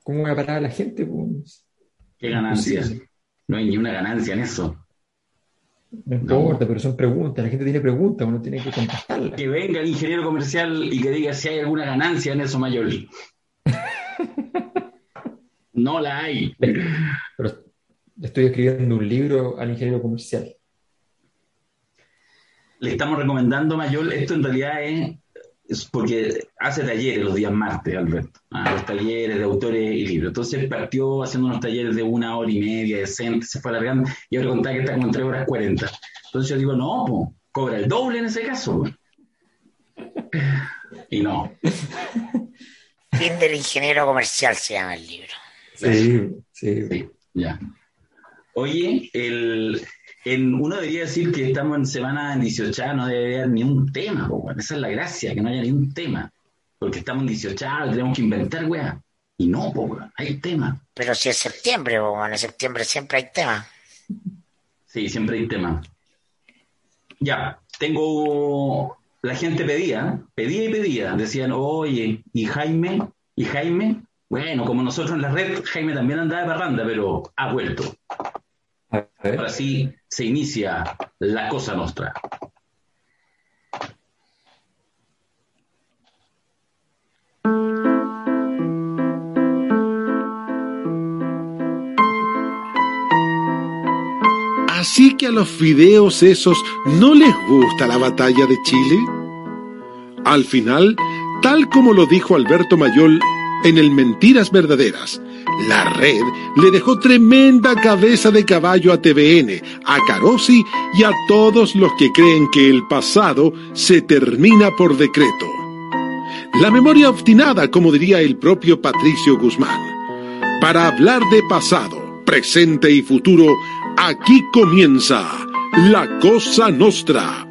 ¿Cómo voy a parar a la gente? Pues, ¿Qué ganancia? imposible. No hay ni una ganancia en eso. No No. importa, pero son preguntas. La gente tiene preguntas, uno tiene que contestarlas. Que venga el ingeniero comercial y que diga si hay alguna ganancia en eso, Mayor. No la hay. Pero estoy escribiendo un libro al ingeniero comercial. Le estamos recomendando, Mayor, esto en realidad es porque hace talleres los días martes, Alberto. Los talleres de autores y libros. Entonces partió haciendo unos talleres de 1 hora y media, decente, se fue alargando y ahora contaba que está como en 3 horas 40. Entonces yo digo, no, po, cobra el doble en ese caso, po. Y no. Fin del ingeniero comercial se llama el libro. Sí, sí. Sí, ya. Oye, uno debería decir que estamos en semana en 18, no debe haber ni un tema, po, weón. Esa es la gracia, que no haya ni un tema. Porque estamos en 18, tenemos que inventar, weá. Y no, po, weón, hay tema. Pero si es septiembre, bueno, en septiembre siempre hay tema. Sí, siempre hay tema. Ya, tengo. La gente pedía y pedía. Decían, oye, ¿y Jaime? ¿Y Jaime? Bueno, como nosotros en la red, Jaime también andaba de parranda, pero ha vuelto. A Ahora ver. sí se inicia la cosa nostra. Así que a los fideos esos no les gusta la batalla de Chile. Al final, tal como lo dijo Alberto Mayol en el Mentiras Verdaderas, la red le dejó tremenda cabeza de caballo a TVN, a Carosi y a todos los que creen que el pasado se termina por decreto. La memoria obstinada, como diría el propio Patricio Guzmán. Para hablar de pasado, presente y futuro, aquí comienza La Cosa Nostra.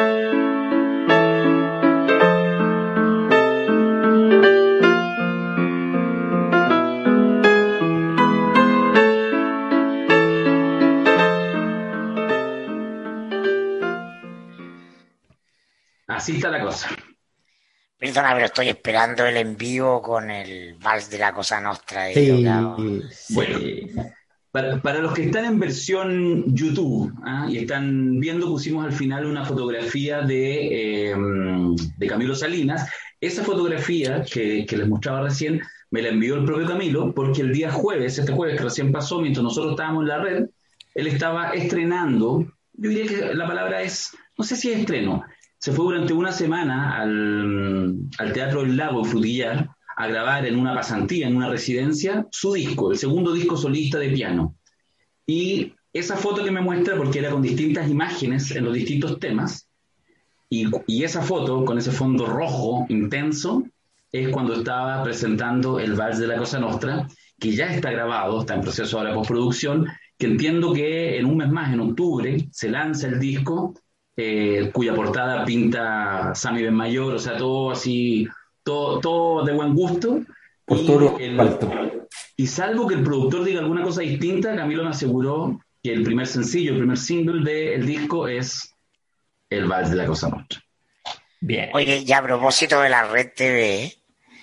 Así está la cosa. Perdona, pero estoy esperando el envío con el vals de la Cosa Nostra de Diogao. Sí, Bueno, sí. para los que están en versión YouTube y están viendo, pusimos al final una fotografía de Camilo Salinas. Esa fotografía que les mostraba recién me la envió el propio Camilo porque el día jueves, este jueves que recién pasó, mientras nosotros estábamos en la red, él estaba estrenando, yo diría que la palabra es, no sé si es estreno, se fue durante una semana al Teatro del Lago en Frutillar a grabar en una pasantía, en una residencia, su disco, el segundo disco solista de piano. Y esa foto que me muestra, porque era con distintas imágenes en los distintos temas, y esa foto con ese fondo rojo intenso, es cuando estaba presentando el Vals de la Cosa Nostra, que ya está grabado, está en proceso ahora de postproducción, que entiendo que en un mes más, en octubre, se lanza el disco, cuya portada pinta Sammy Benmayor, o sea, todo así, todo de buen gusto. Por todo Y, lo alto. y salvo que el productor diga alguna cosa distinta, Camilo me aseguró que el primer sencillo, el primer single del disco es el Vals de la Cosa Nostra. Bien. Oye, ya a propósito de la Red TV,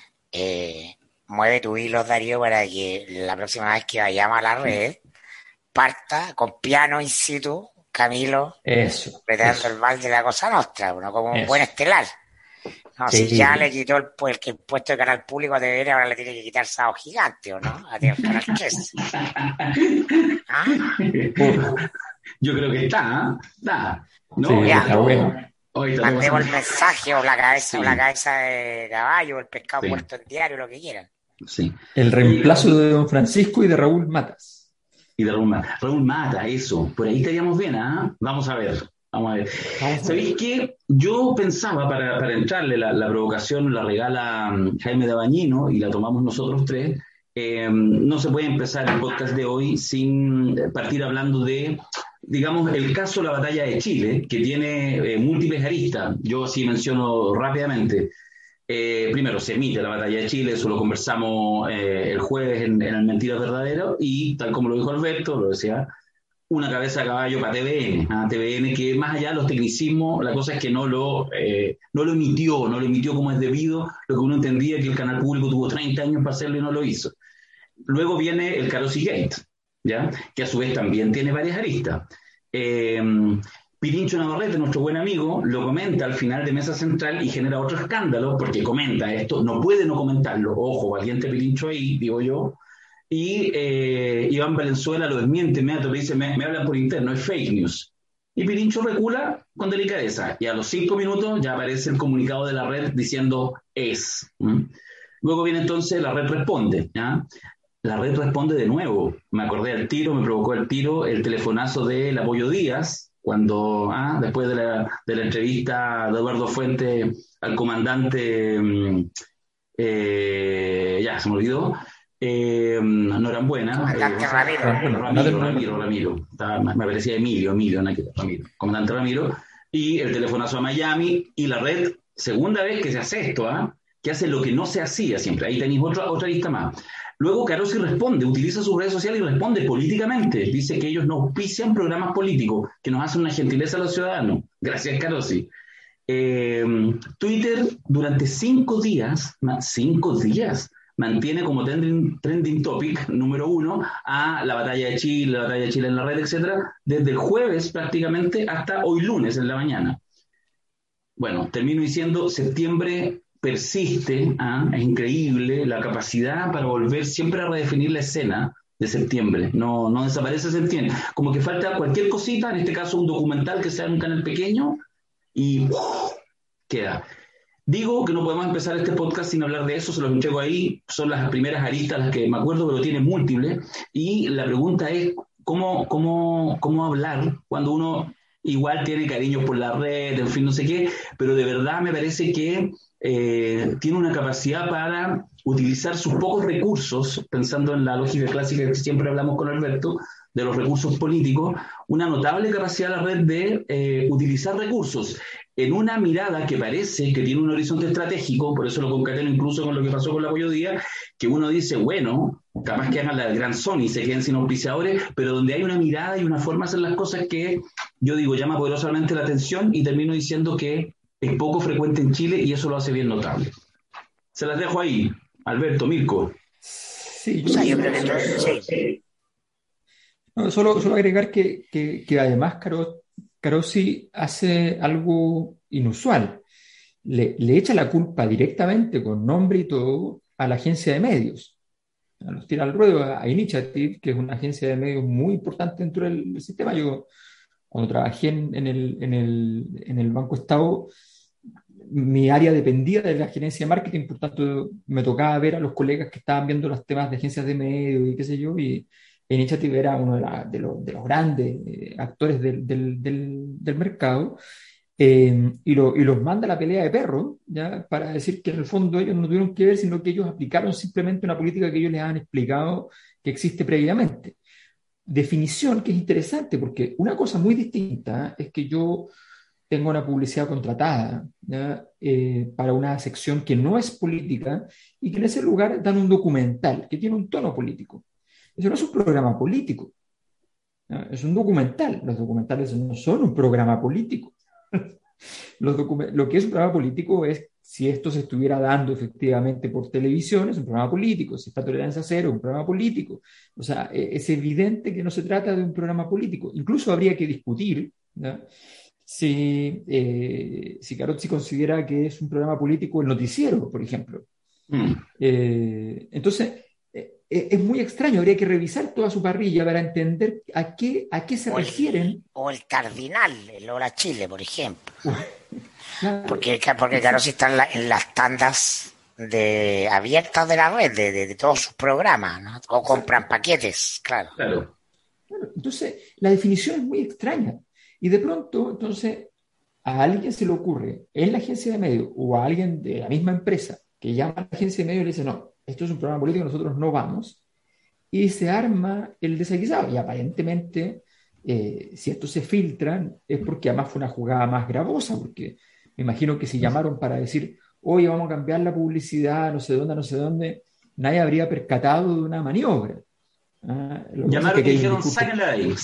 mueve tu hilo, Darío, para que la próxima vez que vayamos a la red parta con piano in situ, Camilo, Eso, interpretando eso, el vals de la Cosa Nostra, uno como un buen eso. estelar. No, si ya le Sí. quitó el puesto de Canal Público a TVN, ahora le tiene que quitar Sábado Gigante, ¿o no? A Canal 3. ¿Ah? Uf, Yo creo que está, sí, ¿no? Ya, está bueno. Hoy está todo mandemos el pasando. mensaje o la cabeza Sí, o la cabeza de caballo o el pescado sí, muerto en diario, lo que quieran. sí. El Oye, reemplazo de Don Francisco y de Raúl Matas. y de Raúl Mata. Raúl Mata, eso. Por ahí estaríamos bien, ¿ah? Vamos a ver. Vamos a ver. Vamos a ¿Sabéis ver. qué? Yo pensaba, para entrarle, la provocación la regala Jaime de Bañino y la tomamos nosotros tres. No se puede empezar el podcast de hoy sin partir hablando de, digamos, el caso de la batalla de Chile, que tiene múltiples aristas. Yo así menciono rápidamente. Primero, se emite la batalla de Chile, eso lo conversamos el jueves en el Mentiras Verdaderas, y tal como lo dijo Alberto, lo decía, una cabeza de caballo para TVN, TVN que más allá de los tecnicismos, la cosa es que no lo emitió como es debido, lo que uno entendía que el canal público tuvo 30 años para hacerlo y no lo hizo. luego viene el Carosi Gate, ¿ya? Que a su vez también tiene varias aristas. Pirincho Navarrete, nuestro buen amigo, lo comenta al final de Mesa Central y genera otro escándalo porque comenta esto, no puede no comentarlo, ojo, valiente Pirincho ahí, digo yo, y Iván Valenzuela lo desmiente inmediato, le dice, me hablan por interno, es fake news. Y Pirincho recula con delicadeza, y a los 5 minutos ya aparece el comunicado de la red diciendo es. Luego viene entonces la red responde, ¿ya? La red responde de nuevo, me acordé al tiro, me provocó el tiro, el telefonazo del Apoyo Díaz, cuando después de la entrevista de Eduardo Fuente al comandante, ya se me olvidó, Norambuena, Ramiro, me parecía Emilio, Ramiro, comandante Ramiro, y el telefonazo a Miami, y la red, segunda vez que se hace esto, que hace lo que no se hacía siempre, ahí tenéis otra lista más. Luego Carosi responde, utiliza sus redes sociales y responde políticamente. Dice que ellos no auspician programas políticos, que nos hacen una gentileza a los ciudadanos. Gracias, Carosi. Twitter durante 5 días, mantiene como trending topic número 1 a la batalla de Chile en la red, etcétera, desde el jueves prácticamente hasta hoy lunes en la mañana. Bueno, termino diciendo, septiembre persiste, es increíble la capacidad para volver siempre a redefinir la escena de septiembre, no desaparece, se entiende, como que falta cualquier cosita, en este caso un documental que sea en un canal pequeño y queda. Digo que no podemos empezar este podcast sin hablar de eso, se los entrego ahí, son las primeras aristas las que me acuerdo, pero tiene múltiples, y la pregunta es cómo hablar cuando uno igual tiene cariño por la red, en fin, no sé qué, pero de verdad me parece que tiene una capacidad para utilizar sus pocos recursos, pensando en la lógica clásica que siempre hablamos con Alberto, de los recursos políticos, una notable capacidad de la red de utilizar recursos en una mirada que parece que tiene un horizonte estratégico, por eso lo concateno incluso con lo que pasó con la Apoyo Díaz, que uno dice, bueno, capaz que hagan la gran Sony y se queden sin auspiciadores, pero donde hay una mirada y una forma de hacer las cosas que, yo digo, llama poderosamente la atención y termino diciendo que es poco frecuente en Chile y eso lo hace bien notable. Se las dejo ahí, Alberto, Mirko. Sí, yo creo que sí. No, solo agregar que además Carosi hace algo inusual. Le echa la culpa directamente, con nombre y todo, a la agencia de medios. Los tira al ruedo a Initiative, que es una agencia de medios muy importante dentro del sistema. Yo, cuando trabajé en el Banco Estado, mi área dependía de la gerencia de marketing, por tanto me tocaba ver a los colegas que estaban viendo los temas de agencias de medios y qué sé yo, y Initiative era uno de los grandes actores del mercado, y los manda a la pelea de perro, ¿ya? Para decir que en el fondo ellos no tuvieron que ver, sino que ellos aplicaron simplemente una política que ellos les han explicado que existe previamente. Definición que es interesante, porque una cosa muy distinta es que yo tengo una publicidad contratada, ¿ya? Para una sección que no es política y que en ese lugar dan un documental que tiene un tono político. Eso no es un programa político, ¿ya? Es un documental. Los documentales no son un programa político. Lo que es un programa político es si esto se estuviera dando efectivamente por televisión, es un programa político. Si está Tolerancia Cero, es un programa político. O sea, es evidente que no se trata de un programa político. Incluso habría que discutir, ¿ya? Si Carozzi considera que es un programa político el noticiero, por ejemplo. Entonces, es muy extraño, habría que revisar toda su parrilla para entender a qué se refieren. O el Cardinal, el Hola Chile, por ejemplo. Claro. Porque Carozzi está en las tandas abiertas de la red, de todos sus programas, ¿no? O compran paquetes, claro. Entonces, la definición es muy extraña. Y de pronto, entonces, a alguien se le ocurre en la agencia de medios o a alguien de la misma empresa que llama a la agencia de medios y le dice, no, esto es un programa político, nosotros no vamos, y se arma el desaguisado. Y aparentemente, si esto se filtra, es porque además fue una jugada más gravosa, porque me imagino que si llamaron para decir, oye, vamos a cambiar la publicidad, no sé dónde, nadie habría percatado de una maniobra. Llamaron y dijeron, sáquenla de ahí,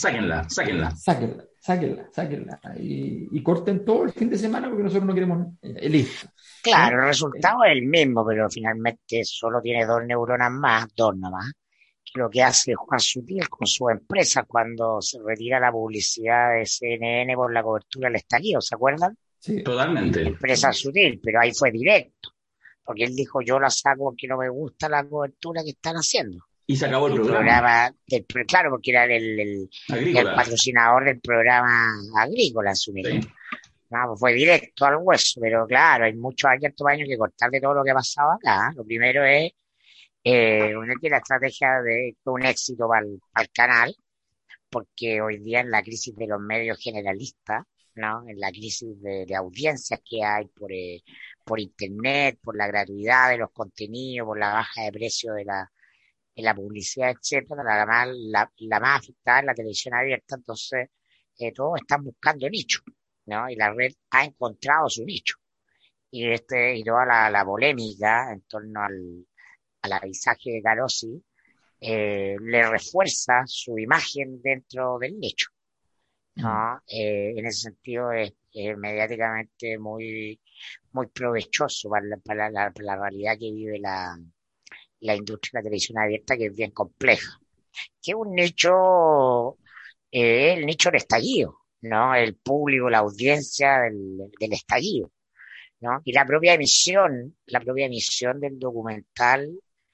sáquenla y corten todo el fin de semana porque nosotros no queremos, listo. Claro, el resultado es el mismo, pero finalmente solo tiene 2 neuronas más, 2 nomás, lo que hace Juan Sutil con su empresa cuando se retira la publicidad de CNN por la cobertura del estallido, ¿se acuerdan? Sí, Totalmente. Empresa Sutil, pero ahí fue directo, porque él dijo, yo la saco porque no me gusta la cobertura que están haciendo. Y se acabó el El programa. claro, porque era el Agrícola. patrocinador del programa agrícola en su ¿Sí? mismo. No, pues fue directo al hueso, pero claro, hay muchos años que cortar de todo lo que ha pasado acá. Lo primero es que la estrategia de fue un éxito para el canal, porque hoy día en la crisis de los medios generalistas, ¿no? En la crisis de audiencias que hay por internet, por la gratuidad de los contenidos, por la baja de precio de la publicidad, etcétera, la más afectada es la televisión abierta, entonces todos están buscando nicho, ¿no? Y la red ha encontrado su nicho. Y toda la polémica en torno al avisaje de Carosi le refuerza su imagen dentro del nicho, ¿no? En ese sentido es mediáticamente muy, muy provechoso para la realidad que vive la industria de la televisión abierta, que es bien compleja. Que es un nicho, el nicho del estallido, ¿no? El público, la audiencia del estallido, ¿no? Y la propia emisión del documental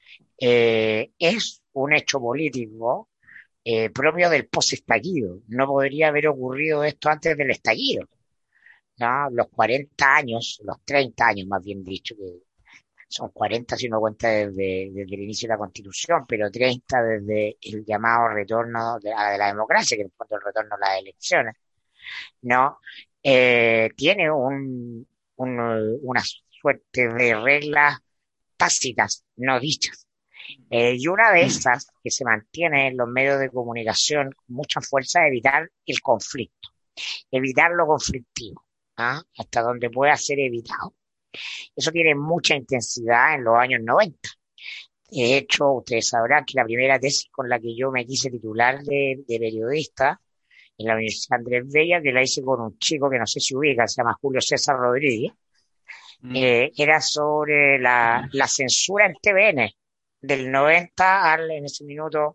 es un hecho político propio del post-estallido. No podría haber ocurrido esto antes del estallido, ¿no? Los 40 años, los 30 años más bien dicho, que son 40 si uno cuenta desde el inicio de la Constitución, pero 30 desde el llamado retorno de la democracia, que es cuando el retorno a las elecciones, ¿no? Tiene una suerte de reglas tácitas, no dichas. Y una de esas que se mantiene en los medios de comunicación con mucha fuerza es evitar el conflicto, evitar lo conflictivo, ¿ah? Hasta donde pueda ser evitado. Eso tiene mucha intensidad en los años 90. De hecho, ustedes sabrán que la primera tesis con la que yo me quise titular de periodista en la Universidad Andrés Bello, que la hice con un chico que no sé si ubica, se llama Julio César Rodríguez, era sobre la censura en TVN del 90 en ese minuto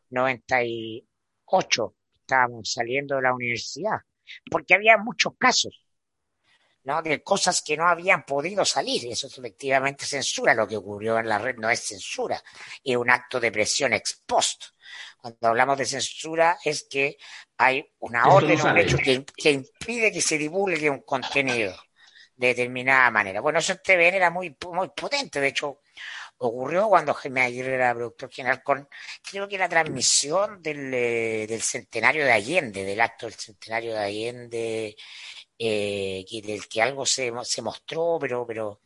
98. Estábamos saliendo de la universidad, porque había muchos casos, ¿no? De cosas que no habían podido salir. Eso es efectivamente censura. Lo que ocurrió en la red no es censura, es un acto de presión ex post. Cuando hablamos de censura es que hay una orden o un hecho que impide que se divulgue un contenido de determinada manera. Bueno, eso en TVN era muy, muy potente. De hecho, ocurrió cuando Jaime Aguirre era productor general creo que la transmisión del centenario de Allende, del acto del centenario de Allende, del que algo se mostró, pero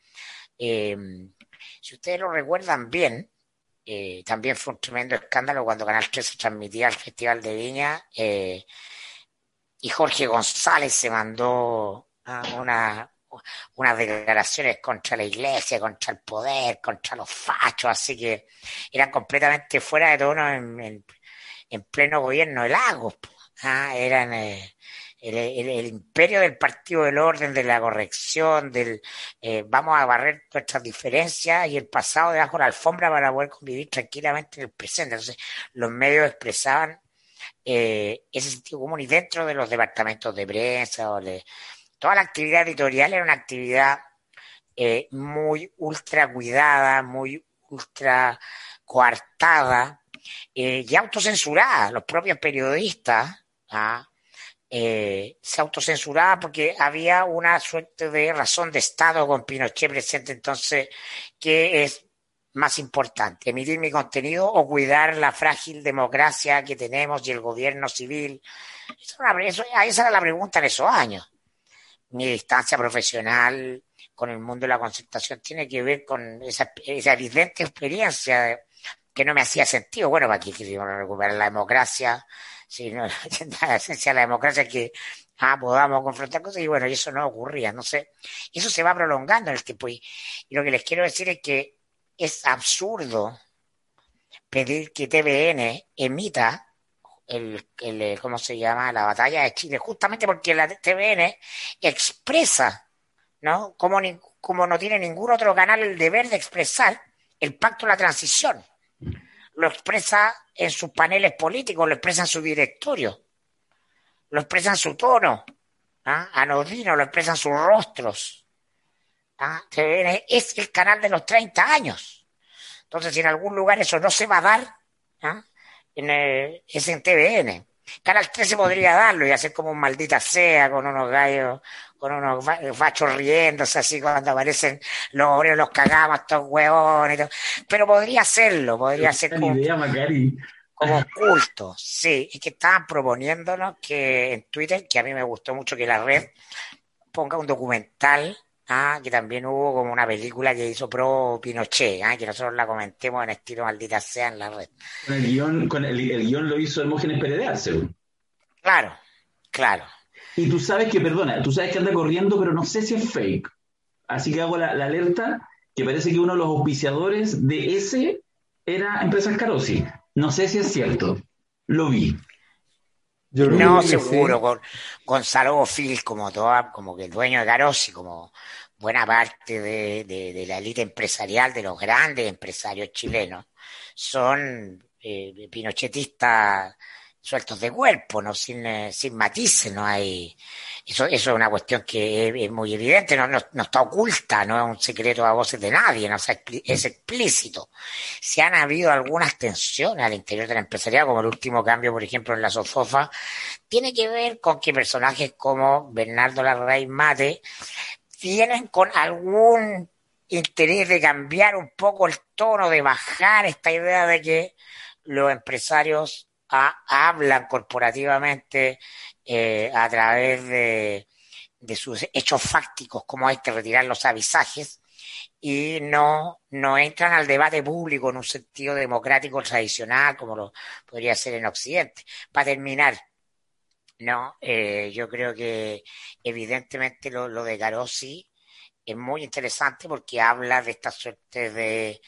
si ustedes lo recuerdan bien, también fue un tremendo escándalo cuando Canal 13 transmitía el Festival de Viña y Jorge González se mandó unas declaraciones contra la iglesia, contra el poder, contra los fachos, así que eran completamente fuera de tono en pleno gobierno de Lagos. Eran el imperio del partido del orden, de la corrección, vamos a barrer nuestras diferencias y el pasado debajo de la alfombra para poder convivir tranquilamente en el presente. Entonces, los medios expresaban ese sentido común y dentro de los departamentos de prensa toda la actividad editorial era una actividad muy ultra cuidada, muy ultra coartada y autocensurada. Los propios periodistas se autocensuraban porque había una suerte de razón de Estado con Pinochet presente. Entonces, ¿qué es más importante? ¿Emitir mi contenido o cuidar la frágil democracia que tenemos y el gobierno civil? Esa era la pregunta en esos años. Mi distancia profesional con el mundo de la concertación tiene que ver con esa evidente experiencia que no me hacía sentido. Bueno, ¿para qué queríamos recuperar la democracia? Si no, la esencia de la democracia es que podamos confrontar cosas, y bueno, y eso no ocurría, no sé. Eso se va prolongando en el tiempo, y lo que les quiero decir es que es absurdo pedir que TVN emita ¿cómo se llama? La batalla de Chile, justamente porque la TVN expresa, ¿no? Como no tiene ningún otro canal el deber de expresar el pacto de la transición. lo expresa en sus paneles políticos, lo expresa en su directorio, lo expresa en su tono, anodino, lo exprsan sus rostros. TVN es el canal de los 30 años. Entonces, si en algún lugar eso no se va a dar, es en TVN. Canal 13 podría darlo y hacer como un Maldita Sea con unos gallos, con unos fachos riéndose así cuando aparecen los obreros, los cagamos, estos huevones y todo. Pero podría hacerlo, podría ser como, idea, Macari. como culto, sí. Es que estaban proponiéndonos que en Twitter, que a mí me gustó mucho que la red ponga un documental, que también hubo como una película que hizo pro Pinochet, que nosotros la comentemos en estilo Maldita Sea en la red. El guión lo hizo Hermógenes Pérez de Arce. Claro. Y tú sabes que anda corriendo, pero no sé si es fake. Así que hago la alerta, que parece que uno de los auspiciadores de ese era Empresas Carosi. No sé si es cierto. Lo vi. No, seguro, con Gonzalo Bofil como que el dueño de Carosi, como buena parte de la élite empresarial, de los grandes empresarios chilenos, son pinochetistas sueltos de cuerpo, no sin matices, no hay. Eso es una cuestión que es muy evidente, no está oculta, no es un secreto a voces de nadie, no es explícito. Si han habido algunas tensiones al interior de la empresariado, como el último cambio, por ejemplo, en la SOFOFA, tiene que ver con que personajes como Bernardo Larraín Mate tienen con algún interés de cambiar un poco el tono, de bajar esta idea de que los empresarios hablan corporativamente a través de sus hechos fácticos, como hay que retirar los avisajes, y no entran al debate público en un sentido democrático tradicional como lo podría ser en Occidente. Para terminar, yo creo que evidentemente lo de Carosi es muy interesante porque habla de esta suerte de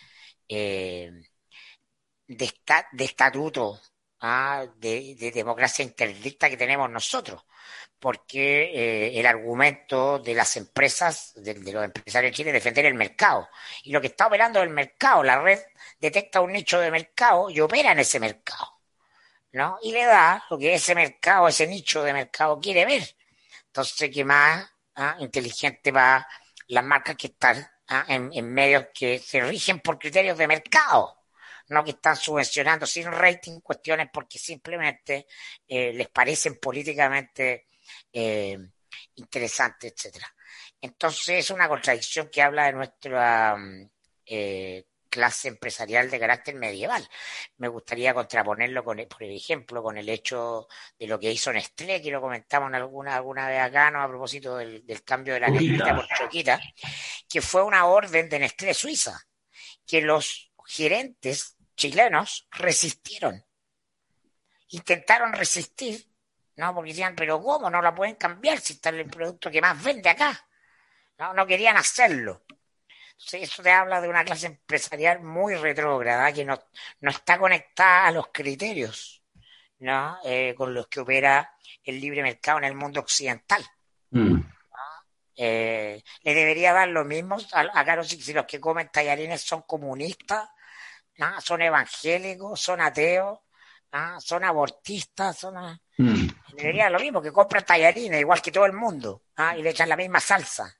estatuto, de democracia interdicta que tenemos nosotros, porque el argumento de las empresas, de los empresarios en Chile, es defender el mercado, y lo que está operando es el mercado. La red detecta un nicho de mercado y opera en ese mercado, ¿no? Y le da lo que ese mercado, ese nicho de mercado quiere ver. Entonces, ¿qué más inteligente para las marcas que están en medios que se rigen por criterios de mercado? No que están subvencionando sin rating cuestiones porque simplemente les parecen políticamente interesantes, etcétera. Entonces es una contradicción que habla de nuestra clase empresarial de carácter medieval. Me gustaría contraponerlo por ejemplo, con el hecho de lo que hizo Nestlé, que lo comentamos alguna vez acá, ¿no? A propósito del cambio de la negrita por Choquita, que fue una orden de Nestlé Suiza, que los gerentes chilenos resistieron, intentaron resistir, ¿no? Porque decían, pero ¿cómo? No la pueden cambiar si está el producto que más vende acá. No querían hacerlo. Entonces eso te habla de una clase empresarial muy retrógrada, que no está conectada a los criterios, ¿no? Con los que opera el libre mercado en el mundo occidental. Le debería dar lo mismo a Carosi si los que comen tallarines son comunistas, son evangélicos, son ateos, son abortistas, debería dar lo mismo, que compran tallarines igual que todo el mundo, y le echan la misma salsa.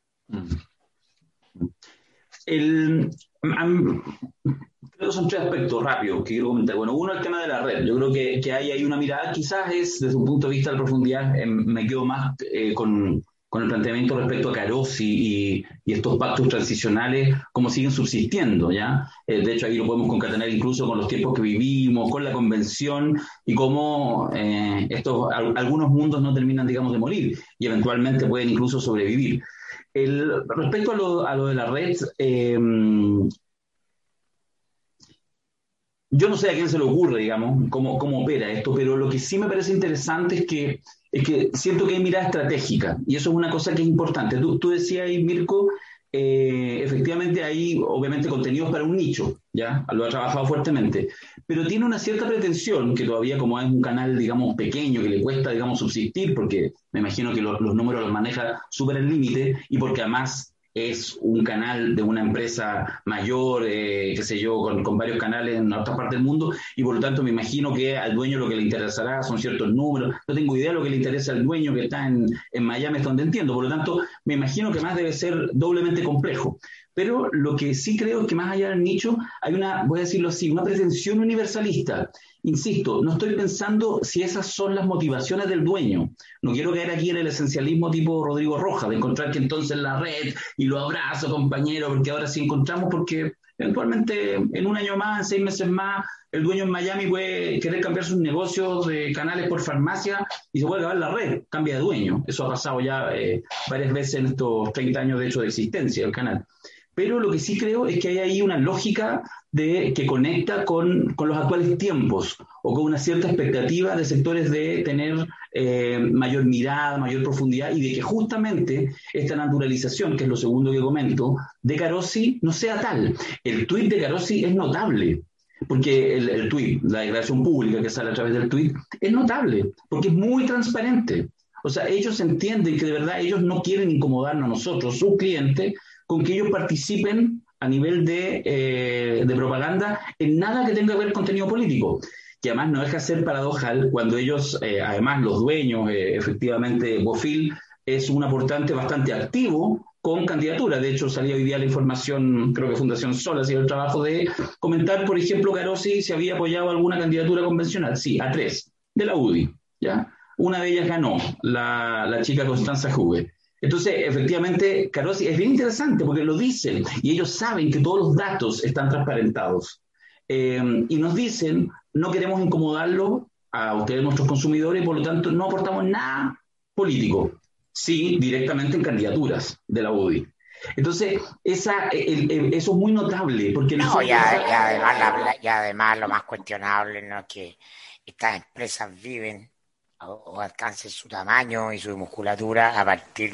Creo que son tres aspectos rápidos que quiero comentar. Bueno, uno, el tema de la red. Yo creo que hay una mirada, quizás es desde un punto de vista de profundidad, me quedo más con el planteamiento respecto a Carosi y estos pactos transicionales, cómo siguen subsistiendo, ¿ya? De hecho, ahí lo podemos concatenar incluso con los tiempos que vivimos, con la convención, y cómo algunos mundos no terminan, digamos, de morir, y eventualmente pueden incluso sobrevivir. Respecto a lo de la red, yo no sé a quién se le ocurre, digamos, cómo opera esto, pero lo que sí me parece interesante es que siento que hay mirada estratégica, y eso es una cosa que es importante. Tú decías ahí, Mirko, efectivamente hay obviamente contenidos para un nicho, ¿ya? Lo ha trabajado fuertemente, pero tiene una cierta pretensión, que todavía como es un canal, digamos, pequeño, que le cuesta, digamos, subsistir, porque me imagino que los números los maneja súper al límite, y porque además es un canal de una empresa mayor, qué sé yo, con varios canales en otras partes del mundo, y por lo tanto me imagino que al dueño lo que le interesará son ciertos números. No tengo idea de lo que le interesa al dueño que está en Miami, es donde entiendo. Por lo tanto, me imagino que más debe ser doblemente complejo. Pero lo que sí creo es que más allá del nicho hay una, voy a decirlo así, una pretensión universalista. Insisto, no estoy pensando si esas son las motivaciones del dueño. No quiero caer aquí en el esencialismo tipo Rodrigo Rojas, de encontrar que entonces la red y lo abrazo, compañero, porque ahora sí encontramos, porque eventualmente en un año más, en 6 meses más, el dueño en Miami puede querer cambiar sus negocios de canales por farmacia y se puede acabar la red, cambia de dueño. Eso ha pasado ya varias veces en estos 30 años de hecho de existencia del canal. Pero lo que sí creo es que hay ahí una lógica que conecta con los actuales tiempos o con una cierta expectativa de sectores de tener mayor mirada, mayor profundidad y de que justamente esta naturalización, que es lo segundo que comento, de Carosi no sea tal. El tuit de Carosi es notable, porque el tuit, la declaración pública que sale a través del tuit, es notable, porque es muy transparente. O sea, ellos entienden que de verdad ellos no quieren incomodarnos a nosotros, sus clientes, con que ellos participen a nivel de propaganda en nada que tenga que ver con contenido político, que además no deja de ser paradojal cuando ellos, además los dueños, efectivamente, Bofil es un aportante bastante activo con candidaturas. De hecho, salía hoy día la información, creo que Fundación Sol hacía el trabajo de comentar, por ejemplo, Carosi si había apoyado alguna candidatura convencional. Sí, a 3, de la UDI, ¿ya? Una de ellas ganó, la chica Constanza Juve. Entonces, efectivamente, Carosi es bien interesante porque lo dicen y ellos saben que todos los datos están transparentados. Y nos dicen, no queremos incomodarlo a ustedes, nuestros consumidores, y por lo tanto no aportamos nada político. Sí, directamente en candidaturas de la UDI. Entonces, eso es muy notable porque en el No, fondo... y además lo más cuestionable, ¿no?, es que estas empresas viven o alcancen su tamaño y su musculatura a partir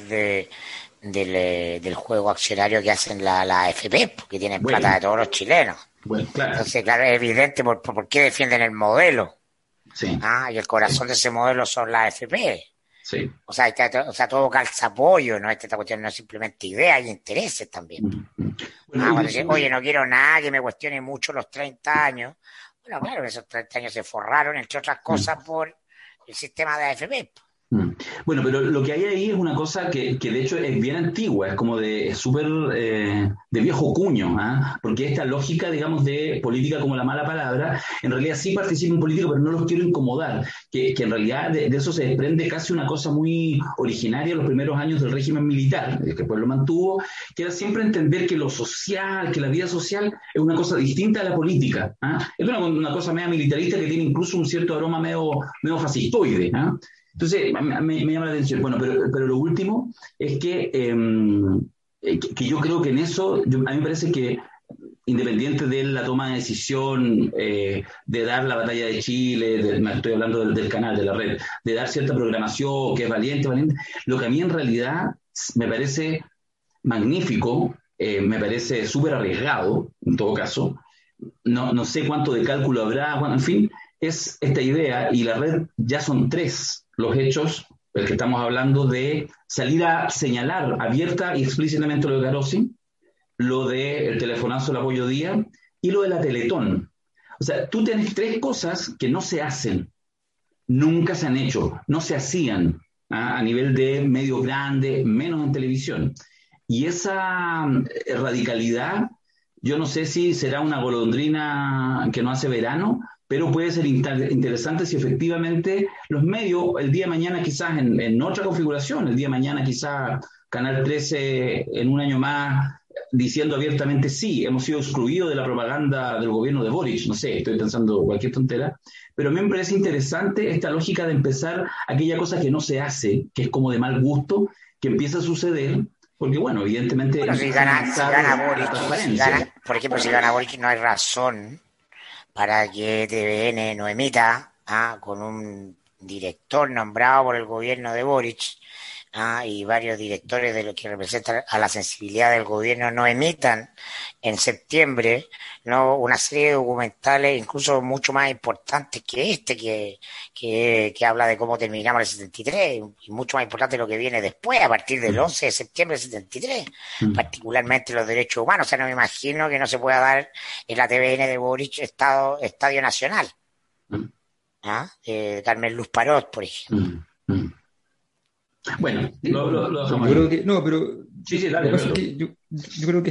del juego accionario que hacen la AFP, porque tienen plata de todos los chilenos. Bueno, claro. Entonces, claro, es evidente por qué defienden el modelo. Sí. Y el corazón de ese modelo son las AFP. Sí. O sea, todo calza apoyo, ¿no? Esta cuestión no es simplemente idea, hay intereses también. Bueno, Cuando dicen, oye, no quiero nada que me cuestione mucho los 30 años. Bueno, claro, esos 30 años se forraron, entre otras cosas, por el sistema de AFP. Bueno, pero lo que hay ahí es una cosa que de hecho es bien antigua, es como es súper de viejo cuño, porque esta lógica, digamos, de política como la mala palabra, en realidad sí participo en política, pero no los quiero incomodar, que en realidad de eso se desprende casi una cosa muy originaria en los primeros años del régimen militar, que después lo mantuvo, que era siempre entender que lo social, que la vida social es una cosa distinta a la política. Es una cosa media militarista que tiene incluso un cierto aroma medio fascistoide. Entonces, me llama la atención. Bueno, pero lo último es que yo creo que en eso, a mí me parece que independiente de la toma de decisión, de dar la batalla de Chile, estoy hablando del canal, de la red, de dar cierta programación que es valiente, lo que a mí en realidad me parece magnífico, me parece súper arriesgado, en todo caso, no sé cuánto de cálculo habrá, en fin, es esta idea, y la red ya son 3 los hechos, el que estamos hablando de salir a señalar abierta y explícitamente lo de Carosi, lo del telefonazo del apoyo día y lo de la Teletón. O sea, tú tienes 3 cosas que no se hacen, nunca se han hecho, no se hacían a nivel de medio grande, menos en televisión. Y esa radicalidad, yo no sé si será una golondrina que no hace verano, pero puede ser interesante si efectivamente los medios, el día de mañana quizás en otra configuración, el día de mañana quizás Canal 13 en un año más diciendo abiertamente sí, hemos sido excluidos de la propaganda del gobierno de Boric, no sé, estoy pensando cualquier tontera, pero a mí me parece interesante esta lógica de empezar aquella cosa que no se hace, que es como de mal gusto, que empieza a suceder, porque bueno, evidentemente... Bueno, si gana Boric, por ejemplo, si gana Boric, no hay razón para que TVN no emita con un director nombrado por el gobierno de Boric, y varios directores de lo que representan a la sensibilidad del gobierno no emitan en septiembre, ¿no?, una serie de documentales incluso mucho más importantes que que habla de cómo terminamos el 73, y mucho más importante lo que viene después, a partir del 11 de septiembre del 73, particularmente los derechos humanos. O sea, no me imagino que no se pueda dar en la TVN de Boric Estadio Nacional, Carmen Luz Parot, por ejemplo. Bueno, Sí, lo yo dejamos creo ahí. que, no, pero Sí, lo que dale, pasa es Pedro. que yo creo que es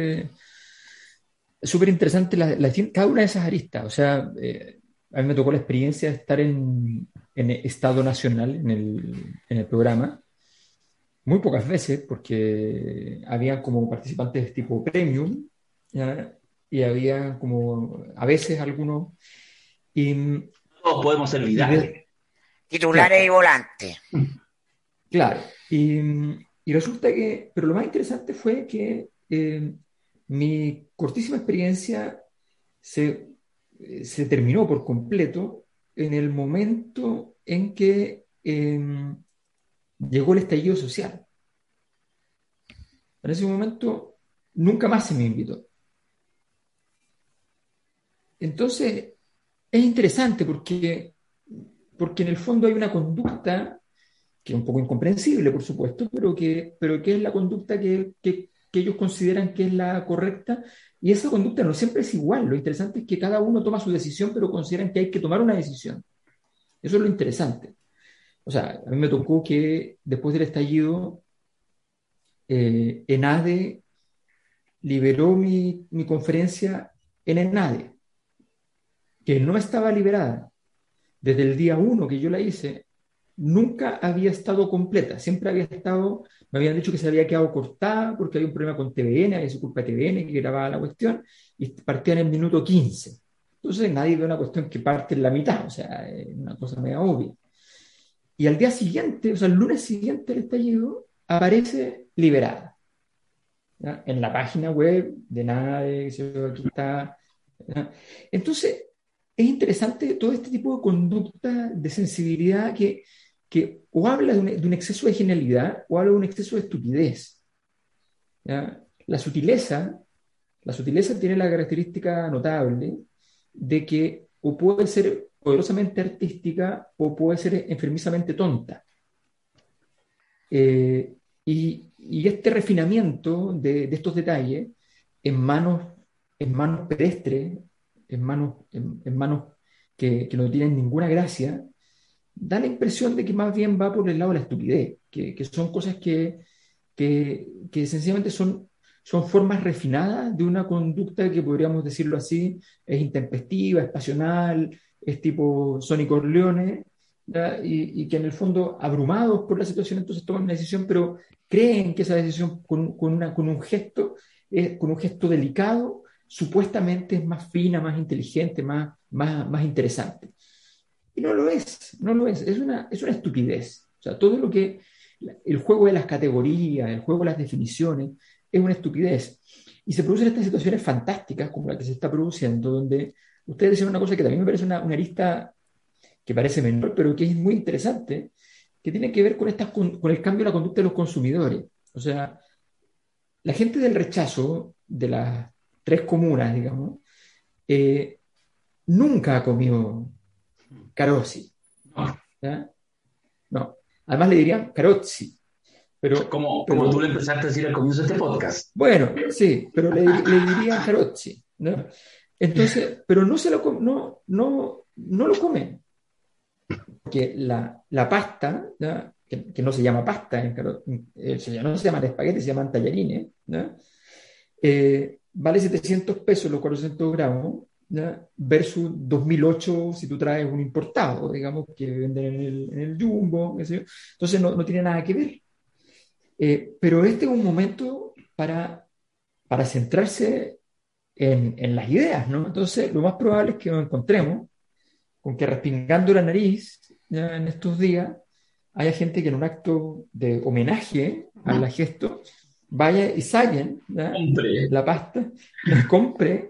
súper interesante cada una de esas aristas. O sea, a mí me tocó la experiencia de estar en el Estado Nacional, en el programa, muy pocas veces, porque había como participantes tipo premium, ¿ya? Y había como a veces algunos, y, Todos podemos ser y Vidales. Titulares y claro, volantes. claro. Y resulta que, pero lo más interesante fue que mi cortísima experiencia se, se terminó por completo en el momento en que llegó el estallido social. En ese momento nunca más se me invitó. Entonces, es interesante porque en el fondo hay una conducta que es un poco incomprensible, por supuesto, pero que es la conducta que ellos consideran que es la correcta, y esa conducta no siempre es igual. Lo interesante es que cada uno toma su decisión, pero consideran que hay que tomar una decisión. Eso es lo interesante. O sea, a mí me tocó que después del estallido, ENADE liberó mi conferencia en ENADE, que no estaba liberada. Desde el día uno que yo la hice, nunca había estado completa, siempre había estado, me habían dicho que se había quedado cortada porque había un problema con TVN, había su culpa de TVN que grababa la cuestión, y partía en el minuto 15. Entonces nadie ve una cuestión que parte en la mitad, o sea, es una cosa media obvia. Y al día siguiente, o sea, el lunes siguiente del estallido, aparece liberada, ¿ya? En la página web de nada de aquí está, ¿ya? Entonces, es interesante todo este tipo de conducta de sensibilidad que o habla de un exceso de genialidad o habla de un exceso de estupidez, ¿ya? La sutileza tiene la característica notable de que o puede ser poderosamente artística o puede ser enfermizamente tonta. Y este refinamiento de estos detalles en manos pedestres, en manos que no tienen ninguna gracia, da la impresión de que más bien va por el lado de la estupidez, que son cosas que sencillamente son formas refinadas de una conducta que podríamos decirlo así, es intempestiva, es pasional, es tipo Sonny Corleone, ¿ya? Y que en el fondo, abrumados por la situación, entonces toman una decisión, pero creen que esa decisión con un gesto delicado, supuestamente es más fina, más inteligente, más interesante. Y no lo es, no lo es una estupidez. O sea, todo el juego de las categorías, el juego de las definiciones, es una estupidez. Y se producen estas situaciones fantásticas como la que se está produciendo, donde ustedes dicen una cosa que también me parece una arista que parece menor, pero que es muy interesante, que tiene que ver con el cambio de la conducta de los consumidores. O sea, la gente del rechazo de las tres comunas, digamos, eh, nunca ha comido Carosi, No. ¿ya? No. Además le dirían Carozzi, pero, Como tú le pero empezaste a decir al comienzo de este podcast. bueno, sí, pero le dirían Carozzi, ¿no? Entonces, pero no lo comen, porque la pasta, ¿ya? Que no se llama pasta, no se llaman espaguetis, se llaman tallarines, ¿ya? Vale 700 pesos los 400 gramos, ¿ya? Versus 2008 si tú traes un importado, digamos, que venden en el Jumbo, qué sé yo. Entonces no tiene nada que ver. Pero este es un momento para centrarse en las ideas, ¿no? Entonces, lo más probable es que nos encontremos con que respingando la nariz, ya en estos días, haya gente que en un acto de homenaje a la gesto vaya y saquen, ¿ya? Hombre. La pasta, la compre,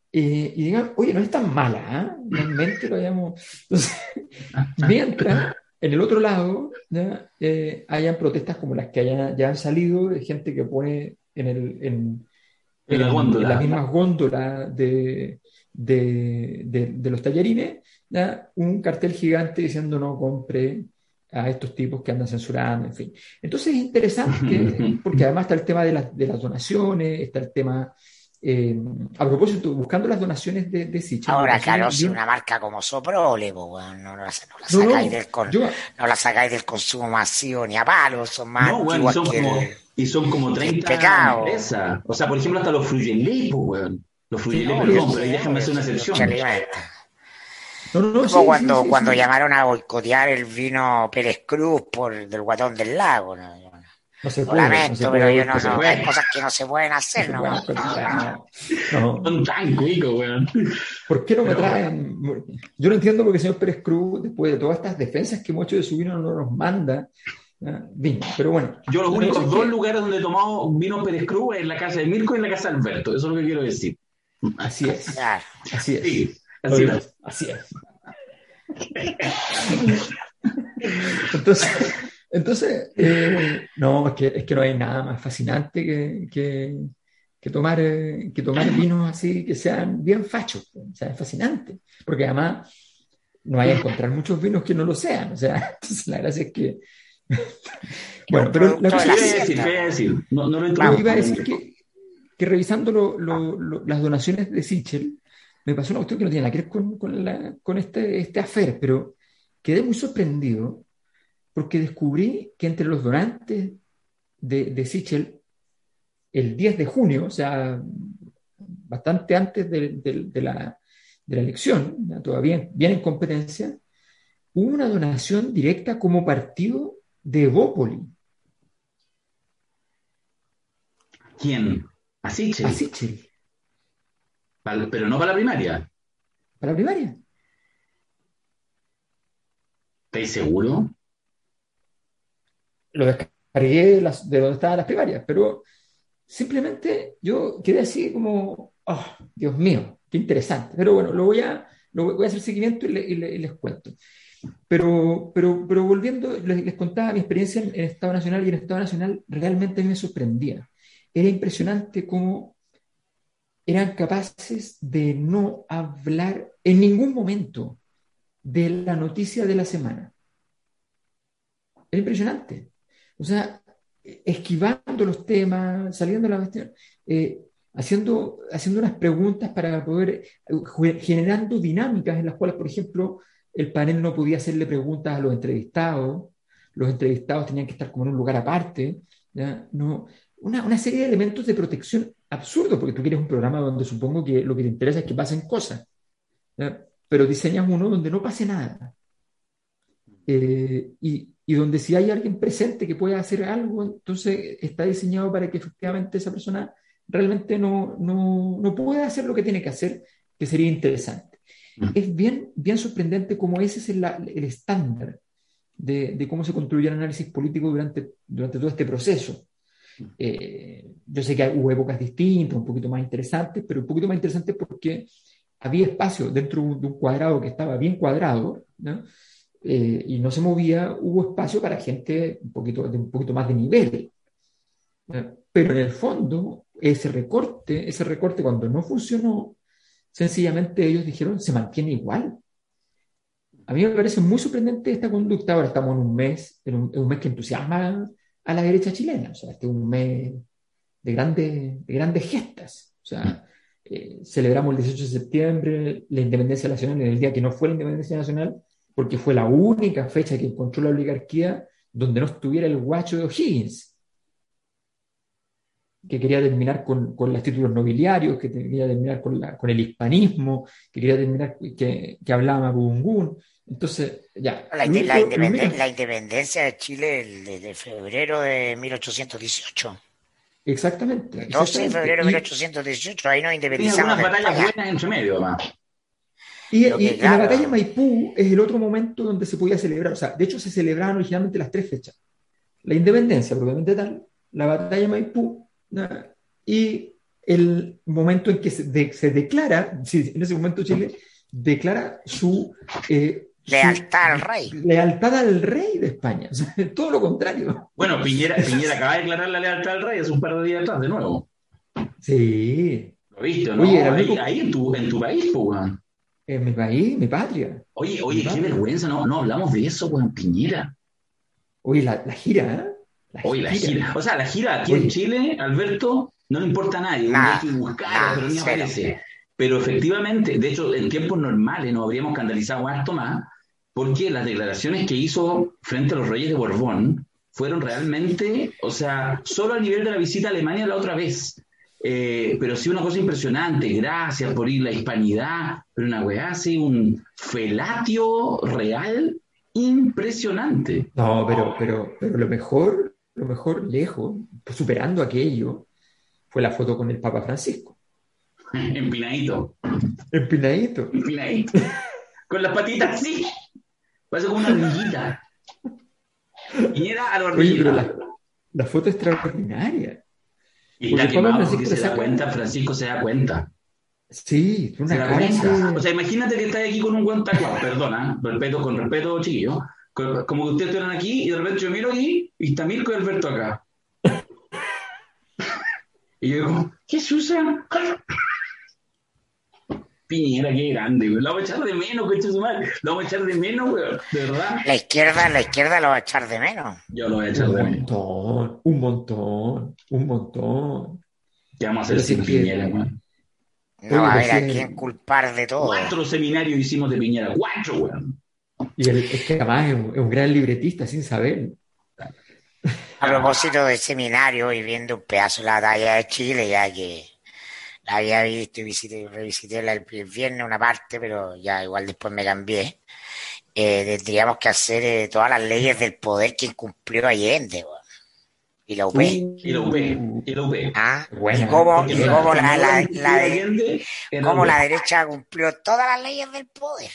y digan, oye, no es tan mala, ¿ah? Realmente lo hayamos. Entonces, mientras en el otro lado, ¿ya? Hayan protestas como las que ya han salido, de gente que pone En la en las góndola. mismas góndolas de los tallarines, ¿ya? Un cartel gigante diciendo no compre a estos tipos que andan censurando, en fin. Entonces es interesante porque además está el tema de las donaciones, está el tema, eh, a propósito, buscando las donaciones de Sichel, me Ahora, pasó claro, que vi si una marca como Soprole, pues, weón, no la no, sacáis no, no la sacáis del consumo masivo ni a palos, son más No, weón, antiguas y son como que el 30 pecado. empresas. O sea, por ejemplo, hasta los Fruyelé, pues, weón. Los sí, Fruyelé, No, perdón, los pero ahí déjame hacer una se excepción. alimenta. no, no, no, Como sí, sí, cuando sí, llamaron a boicotear el vino Pérez Cruz del Guatón del Lago, ¿no? Yo lo no se lamento, pero puede yo no, No se no, hay boicotear, puede. cosas que no se pueden no hacer se puede nomás. boicotear, no, no. Son tan cuicos, weón. ¿Por qué no me Pero bueno, traen? Yo no entiendo por qué el señor Pérez Cruz, después de todas estas defensas que hemos hecho de su vino, no nos manda, vino. Pero bueno, yo los la cosa únicos es dos que lugares donde he tomado un vino Pérez Cruz es en la casa de Mirko y en la casa de Alberto. Eso es lo que quiero decir. así es, Claro. así es. Sí, así es. Así es. Entonces, no, es que no hay nada más fascinante que tomar vinos así que sean bien fachos. O sea, es fascinante. Porque además no hay a encontrar muchos vinos que no lo sean. O sea, entonces la gracia es que. Es un Bueno, pero la producto de cosa ¿Qué la es iba a que decir? ¿Qué hacienda, iba a pues. decir? No, no lo Vamos. iba a interrumpo, decir Mirko. que revisando las donaciones de Sichel, me pasó una cuestión que no tiene nada que ver con este affair, pero quedé muy sorprendido porque descubrí que entre los donantes de Sichel, el 10 de junio, o sea, bastante antes de la elección, ya todavía bien en competencia, hubo una donación directa como partido de Evópoli ¿Quién? A a Sichel. Sichel Pero no para la primaria. para la primaria. ¿Estáis seguro? Lo descargué de donde estaban las primarias, pero simplemente yo quedé así como, oh, Dios mío, qué interesante. Pero bueno, voy a hacer seguimiento y les cuento. Pero volviendo, les contaba mi experiencia en Estado Nacional y en Estado Nacional realmente a mí me sorprendía. Era impresionante cómo eran capaces de no hablar en ningún momento de la noticia de la semana. Era impresionante. O sea, esquivando los temas, saliendo de la cuestión, haciendo unas preguntas para poder, generando dinámicas en las cuales, por ejemplo, el panel no podía hacerle preguntas a los entrevistados tenían que estar como en un lugar aparte, ¿ya? No, una serie de elementos de protección absurdos, porque tú quieres un programa donde supongo que lo que te interesa es que pasen cosas, ¿ya? Pero diseñas uno donde no pase nada. Y donde si hay alguien presente que pueda hacer algo, entonces está diseñado para que efectivamente esa persona realmente no pueda hacer lo que tiene que hacer, que sería interesante. Es bien, bien sorprendente cómo ese es el estándar de cómo se construye el análisis político durante todo este proceso. Yo sé que hubo épocas distintas, un poquito más interesantes, pero un poquito más interesantes porque había espacio dentro de un cuadrado que estaba bien cuadrado, ¿no? Y no se movía, hubo espacio para gente de un poquito más de nivel. Pero en el fondo, ese recorte cuando no funcionó, sencillamente ellos dijeron, se mantiene igual. A mí me parece muy sorprendente esta conducta. Ahora estamos en un mes que entusiasma a la derecha chilena. O sea, este es un mes de grandes gestas. O sea, celebramos el 18 de septiembre la independencia nacional en el día que no fue la independencia nacional, porque fue la única fecha que encontró la oligarquía donde no estuviera el guacho de O'Higgins, que quería terminar con los títulos nobiliarios, que quería terminar con el hispanismo, que quería terminar que hablaba Mapudungún. Entonces, ya, La independencia de Chile de febrero de 1818. exactamente, El 12 de exactamente. febrero de 1818, ahí nos Tiene independizamos algunas de batallas España. buenas entre medio, además. Y, Lo que, y- y la batalla de claro, Maipú es el otro momento donde se podía celebrar. O sea, de hecho se celebraban originalmente las tres fechas. La independencia, propiamente tal, la batalla de Maipú, ¿no? Y el momento en que se declara, sí, en ese momento Chile declara Lealtad al rey. lealtad al rey de España. O sea, todo lo contrario. Bueno, Piñera acaba de declarar la lealtad al rey hace un par de días atrás, de nuevo. Sí. ¿Lo viste, no? Oye, era Ahí en tu país, pues, weón. en mi país, mi patria. Oye, Mi qué patria. vergüenza, no hablamos de eso, weón, Piñera. Oye, la gira, ¿eh? Oye, la gira. O sea, la gira aquí en Oye, Chile, Alberto, no le importa a nadie. Uno hay que buscarla, pero ni cero. aparece. Pero efectivamente, de hecho, en tiempos normales nos habríamos escandalizado harto más, porque las declaraciones que hizo frente a los reyes de Borbón fueron realmente, o sea, solo al nivel de la visita a Alemania la otra vez. Pero sí una cosa impresionante, gracias por ir la hispanidad, pero una weá así, un felatio real impresionante. no, pero lo mejor lejos, superando aquello, fue la foto con el Papa Francisco. Empinadito, Empinadito. empinadito. Con las patitas así, parece como una ardillita. Piñera a la Oye, pero ardillita. la foto extraordinaria. Y Porque está el Papa quemado porque Francisco le se da saca. cuenta, Francisco se da cuenta. Sí, Se una da cara así. cuenta. O sea, imagínate que estás aquí con un buen tatuaje, perdona, con respeto, chiquillo. Como que ustedes están aquí y de repente yo miro aquí y está Mirko y Alberto acá. Y yo digo, ¿qué es Susa? Piñera, qué grande, güey. Lo vamos a echar de menos, coche su madre. Lo vamos a echar de menos, güey. De verdad. La izquierda lo va a echar de menos. Yo lo voy a echar Un de menos. montón, un montón, un montón. ¿Qué vamos a hacer Pero si sin es que, Piñera, güey? No oye, va a pues haber sí, a quién culpar de todo. 4 seminarios hicimos de Piñera, 4, güey. y es que además es un gran libretista sin saber. A propósito de seminario y viendo un pedazo de la batalla de Chile, ya que la había visto y revisité el viernes una parte, pero ya igual después me cambié. Tendríamos que hacer todas las leyes del poder que incumplió Allende, weón. Y la UP. Y la UP, y la UP. ¿Ah? Buena, Y cómo, Porque y mira, cómo cuando la, hablan la, de la de- Allende, era cómo la la UP. derecha cumplió todas las leyes del poder.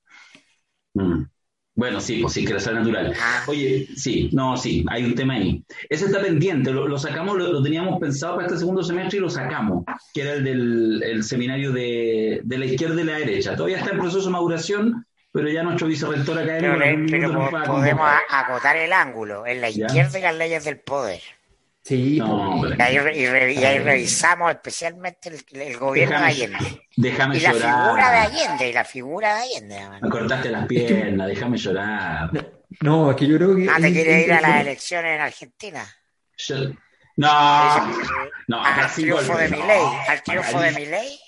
Mm. Bueno, sí, pues sí, que sea natural. Ah. Oye, sí, no, sí, hay un tema ahí. Ese está pendiente, lo sacamos, lo teníamos pensado para este segundo semestre y lo sacamos, que era el seminario de la izquierda y la derecha. Todavía está en proceso de maduración, pero ya nuestro vicerrector académico en algún minuto nos va a Podemos convocar. acotar el ángulo en la ¿Ya? izquierda y las leyes del poder. Sí, No, pues, Y ahí revisamos especialmente el gobierno de Allende. Déjame Y la figura de llorar. Allende, y la figura de Allende. Man. Me cortaste las piernas, déjame llorar. no, es que yo creo que ¿Te quieres ir a las interesante. elecciones en Argentina? No, acá Al sí triunfo golpe. de Milei. Al triunfo de Milei.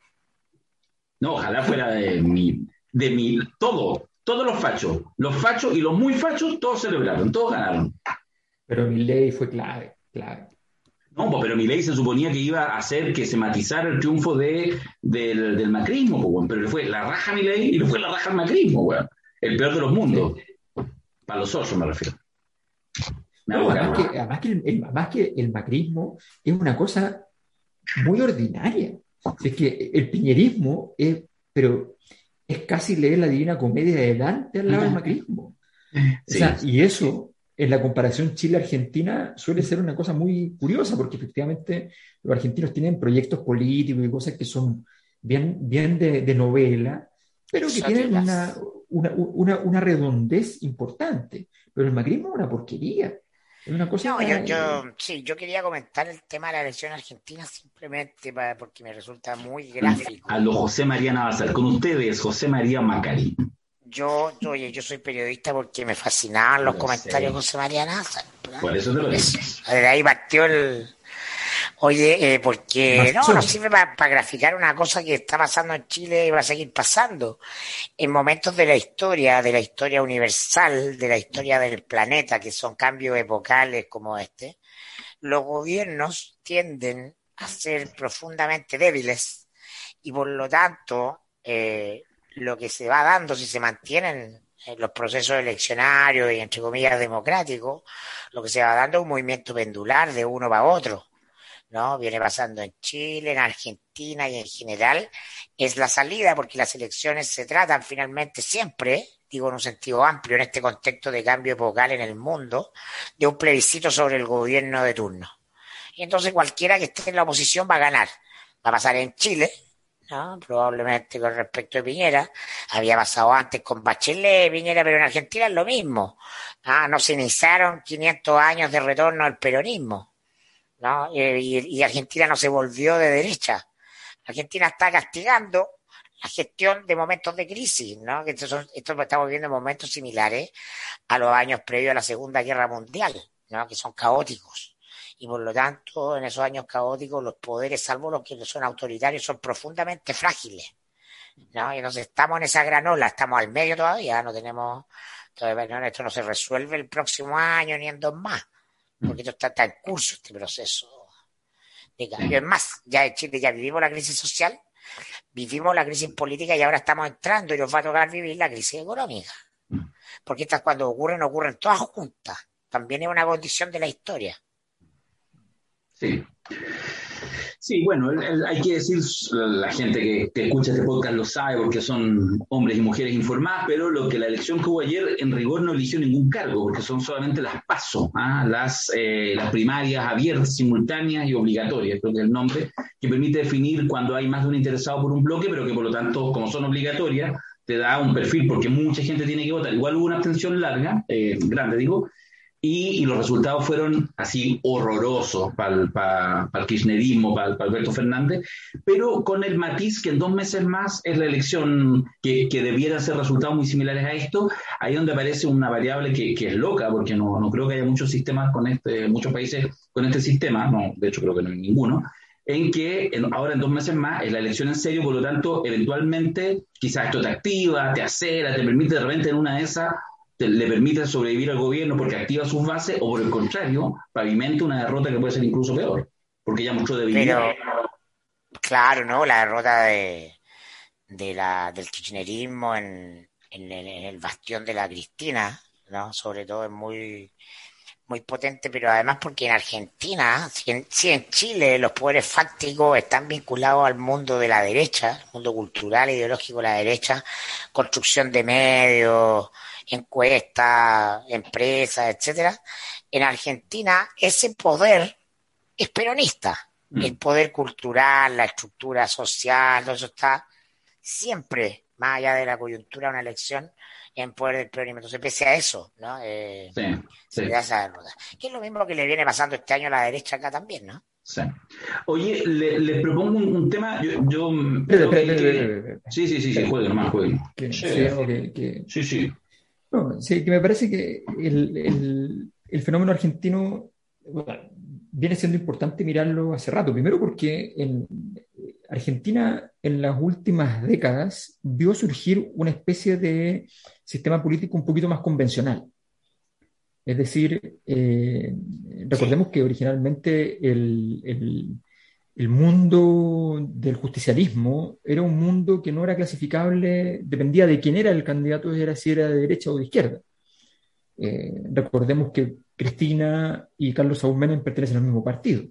No, ojalá fuera de mi, todos los fachos y los muy fachos, todos celebraron, todos ganaron. Pero mi ley fue clave, clave. No, pues, pero Milei se suponía que iba a hacer que se matizara el triunfo del macrismo, pues, weón. Pero le fue la raja a Milei y le fue la raja al macrismo, weón. El peor de los mundos. Para los otros me refiero. No, además que el macrismo es una cosa muy ordinaria. Es que el piñerismo pero es casi leer la Divina Comedia de Dante al lado del macrismo. Sí. O sea, y eso, en la comparación Chile-Argentina, suele ser una cosa muy curiosa, porque efectivamente los argentinos tienen proyectos políticos y cosas que son bien de novela, pero que tienen una redondez importante. Pero el macrismo es una porquería. Es una cosa. No, yo quería comentar el tema de la elección argentina simplemente porque me resulta muy gráfico. A lo José María Navasal. Con ustedes, José María Macari. Yo soy periodista porque me fascinaban los comentarios de José María Navasal. Por eso te lo digo. De ahí partió el... Oye, porque nos sirve para graficar una cosa que está pasando en Chile y va a seguir pasando. En momentos de la historia universal, de la historia del planeta, que son cambios epocales como este, los gobiernos tienden a ser profundamente débiles y por lo tanto lo que se va dando, si se mantienen los procesos eleccionarios y entre comillas democráticos, lo que se va dando es un movimiento pendular de uno para otro. ¿No? Viene pasando en Chile, en Argentina y en general es la salida, porque las elecciones se tratan finalmente siempre, digo en un sentido amplio, en este contexto de cambio epocal en el mundo, de un plebiscito sobre el gobierno de turno. Y entonces cualquiera que esté en la oposición va a ganar. Va a pasar en Chile, ¿no? Probablemente con respecto a Piñera. Había pasado antes con Bachelet, Piñera, pero en Argentina es lo mismo. No se iniciaron 500 años de retorno al peronismo, ¿no? Y Argentina no se volvió de derecha. Argentina está castigando la gestión de momentos de crisis, ¿no? Que estos estamos viviendo momentos similares a los años previos a la Segunda Guerra Mundial, ¿no? Que son caóticos. Y por lo tanto, en esos años caóticos, los poderes, salvo los que son autoritarios, son profundamente frágiles, ¿no? Y entonces estamos en esa granola, estamos al medio todavía, todavía no, esto no se resuelve el próximo año ni en 2 más, porque esto está en curso, este proceso de cambio. Es más, ya en Chile ya vivimos la crisis social, vivimos la crisis política y ahora estamos entrando y nos va a tocar vivir la crisis económica. Porque estas cuando ocurren todas juntas. También es una condición de la historia. Sí. Sí, bueno, hay que decir, la gente que escucha este podcast lo sabe porque son hombres y mujeres informadas, pero lo que la elección que hubo ayer en rigor no eligió ningún cargo, porque son solamente las PASO, las primarias abiertas, simultáneas y obligatorias, creo que es el nombre, que permite definir cuando hay más de un interesado por un bloque, pero que por lo tanto, como son obligatorias, te da un perfil porque mucha gente tiene que votar. Igual hubo una abstención larga, grande digo, y los resultados fueron así horrorosos para el kirchnerismo, para Alberto Fernández, pero con el matiz que en 2 meses más es la elección que debiera ser resultados muy similares a esto, ahí donde aparece una variable que es loca, porque no creo que haya muchos sistemas muchos países con este sistema, no, de hecho creo que no hay ninguno, en que ahora en 2 meses más es la elección en serio, por lo tanto, eventualmente quizás esto te activa, te acera, te permite de repente en una de esas le permite sobrevivir al gobierno porque activa sus bases, o por el contrario, pavimenta una derrota que puede ser incluso peor, porque ya mostró debilidad. Pero, claro, ¿no? La derrota del kirchnerismo en el bastión de la Cristina, ¿no? Sobre todo es muy, muy potente, pero además porque en Argentina, si en Chile los poderes fácticos están vinculados al mundo de la derecha, el mundo cultural e ideológico de la derecha, construcción de medios, encuestas, empresas, etcétera. En Argentina ese poder es peronista. El poder cultural, la estructura social, todo eso está siempre, más allá de la coyuntura de una elección, en poder del peronismo. Entonces, pese a eso, ¿no? Se da esa derrota. Que es lo mismo que le viene pasando este año a la derecha acá también, ¿no? Sí. Oye, les propongo un tema. Sí, jueguen, nomás jueguen. Sí. No, sí, que me parece que el fenómeno argentino, bueno, viene siendo importante mirarlo hace rato. Primero porque en Argentina en las últimas décadas vio surgir una especie de sistema político un poquito más convencional. Es decir, recordemos que originalmente el mundo del justicialismo era un mundo que no era clasificable, dependía de quién era el candidato, era si era de derecha o de izquierda. Recordemos que Cristina y Carlos Saúl Menem pertenecen al mismo partido.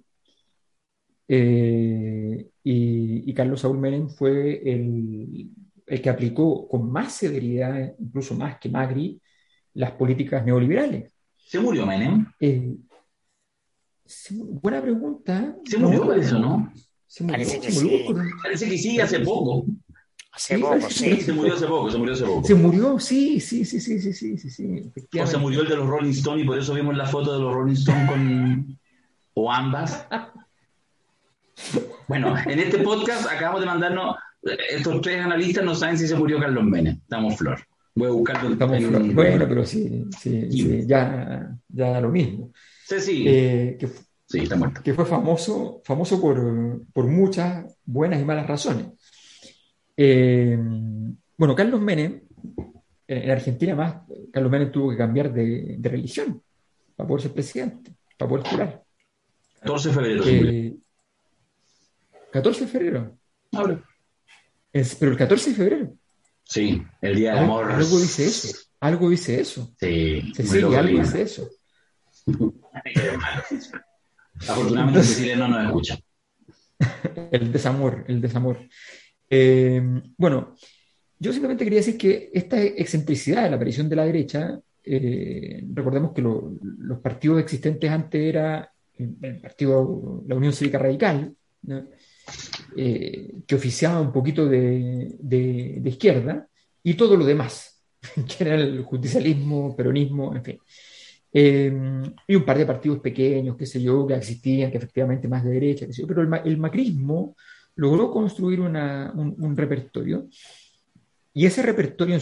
Y Carlos Saúl Menem fue el que aplicó con más severidad, incluso más que Macri, las políticas neoliberales. ¿Se murió Menem? Buena pregunta. ¿Se murió por eso, no? Parece que sí. Parece que sí, hace poco. Hace poco, sí. Se murió hace poco. Se murió, sí, O se murió el de los Rolling Stones y por eso vimos la foto de los Rolling Stones o ambas. Bueno, en este podcast acabamos de mandarnos, estos 3 analistas no saben si se murió Carlos Menem. Estamos flor. Voy a buscarlo. Bueno, pero sí, ya lo mismo. Sí, está muerto. Que fue famoso por muchas buenas y malas razones. Bueno, Carlos Menem, en Argentina Carlos Menem tuvo que cambiar de religión para poder ser presidente, para poder jurar. 14 de febrero. 14 de febrero. Ahora. Pero el 14 de febrero. Sí, el Día del Amor. Algo dice eso. Sí, algo dice eso. Afortunadamente el chileno no nos escucha. El desamor. Bueno, yo simplemente quería decir que esta excentricidad de la aparición de la derecha, recordemos que los partidos existentes antes era el partido, la Unión Cívica Radical, ¿no? que oficiaba un poquito de izquierda, y todo lo demás, que era el justicialismo, peronismo, en fin. Y un par de partidos pequeños, qué sé yo, que existían, que efectivamente más de derecha, qué sé yo, pero el macrismo logró construir un repertorio, y ese repertorio en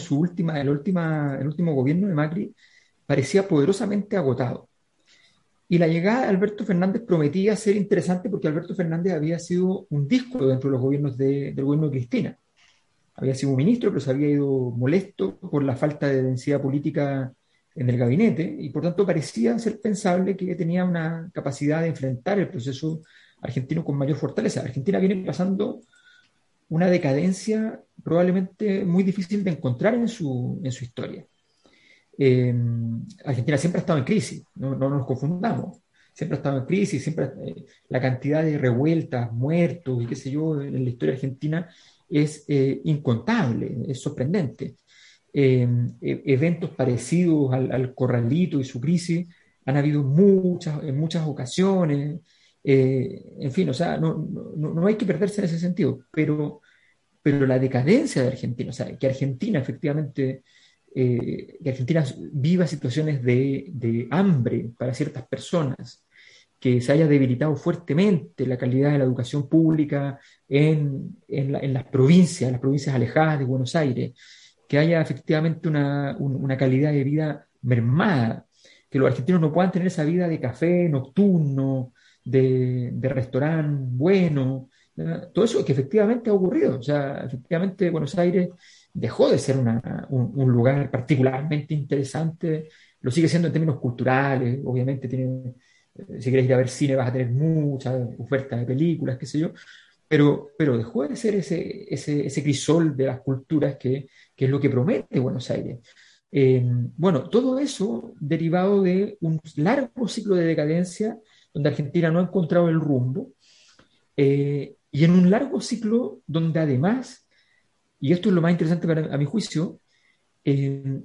el último gobierno de Macri parecía poderosamente agotado. Y la llegada de Alberto Fernández prometía ser interesante porque Alberto Fernández había sido un disco dentro de los gobiernos del gobierno de Cristina. Había sido un ministro, pero se había ido molesto por la falta de densidad política en el gabinete, y por tanto parecía ser pensable que tenía una capacidad de enfrentar el proceso argentino con mayor fortaleza. Argentina viene pasando una decadencia probablemente muy difícil de encontrar en su historia. Eh, Argentina siempre ha estado en crisis, no nos confundamos. Siempre ha estado en crisis, la cantidad de revueltas, muertos y qué sé yo en la historia argentina es incontable, es sorprendente. Eventos parecidos al Corralito y su crisis han habido en muchas ocasiones. En fin, o sea, no hay que perderse en ese sentido, pero la decadencia de Argentina, o sea, que Argentina efectivamente, que Argentina viva situaciones de hambre para ciertas personas, que se haya debilitado fuertemente la calidad de la educación pública en las provincias alejadas de Buenos Aires, que haya efectivamente una calidad de vida mermada, que los argentinos no puedan tener esa vida de café nocturno, de restaurante bueno, ¿verdad? Todo eso que efectivamente ha ocurrido. O sea, efectivamente Buenos Aires dejó de ser un lugar particularmente interesante, lo sigue siendo en términos culturales, obviamente tiene, si quieres ir a ver cine vas a tener mucha oferta de películas, qué sé yo, pero dejó de ser ese crisol de las culturas que es lo que promete Buenos Aires. Bueno, todo eso derivado de un largo ciclo de decadencia donde Argentina no ha encontrado el rumbo, y en un largo ciclo donde además, y esto es lo más interesante a mi juicio, eh,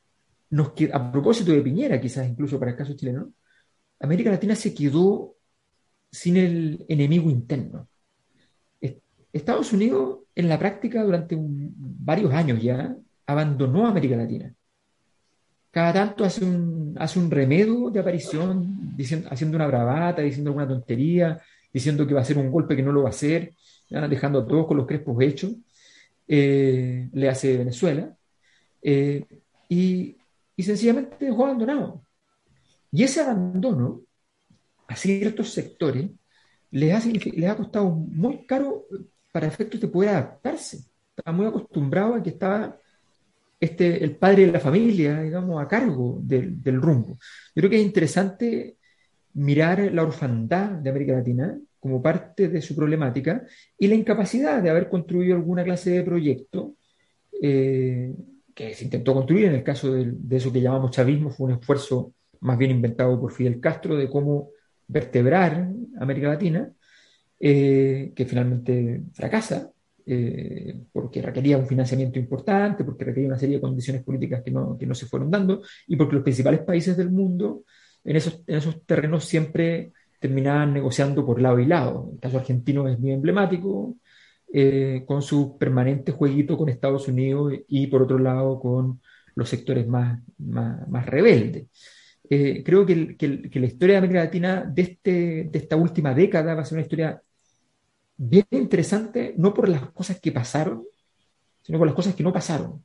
a propósito de Piñera, quizás incluso para el caso chileno, América Latina se quedó sin el enemigo interno. Estados Unidos, en la práctica, durante varios años ya, abandonó a América Latina. Cada tanto hace un remedio de aparición, haciendo una bravata, diciendo alguna tontería, diciendo que va a hacer un golpe que no lo va a hacer, ¿ya? Dejando a todos con los crespos hechos. Le hace Venezuela, eh, y, y sencillamente dejó abandonado. Y ese abandono a ciertos sectores les ha costado muy caro para efectos de poder adaptarse. Estaba muy acostumbrado a que estaba el padre de la familia, digamos, a cargo del rumbo. Yo creo que es interesante mirar la orfandad de América Latina como parte de su problemática y la incapacidad de haber construido alguna clase de proyecto, que se intentó construir en el caso de eso que llamamos chavismo. Fue un esfuerzo más bien inventado por Fidel Castro de cómo vertebrar América Latina, que finalmente fracasa, porque requería un financiamiento importante, porque requería una serie de condiciones políticas que no se fueron dando, y porque los principales países del mundo en esos terrenos siempre terminaban negociando por lado y lado. El caso argentino es muy emblemático, con su permanente jueguito con Estados Unidos y por otro lado con los sectores más rebeldes. Creo que la historia de América Latina de esta última década va a ser una historia bien interesante, no por las cosas que pasaron, sino por las cosas que no pasaron.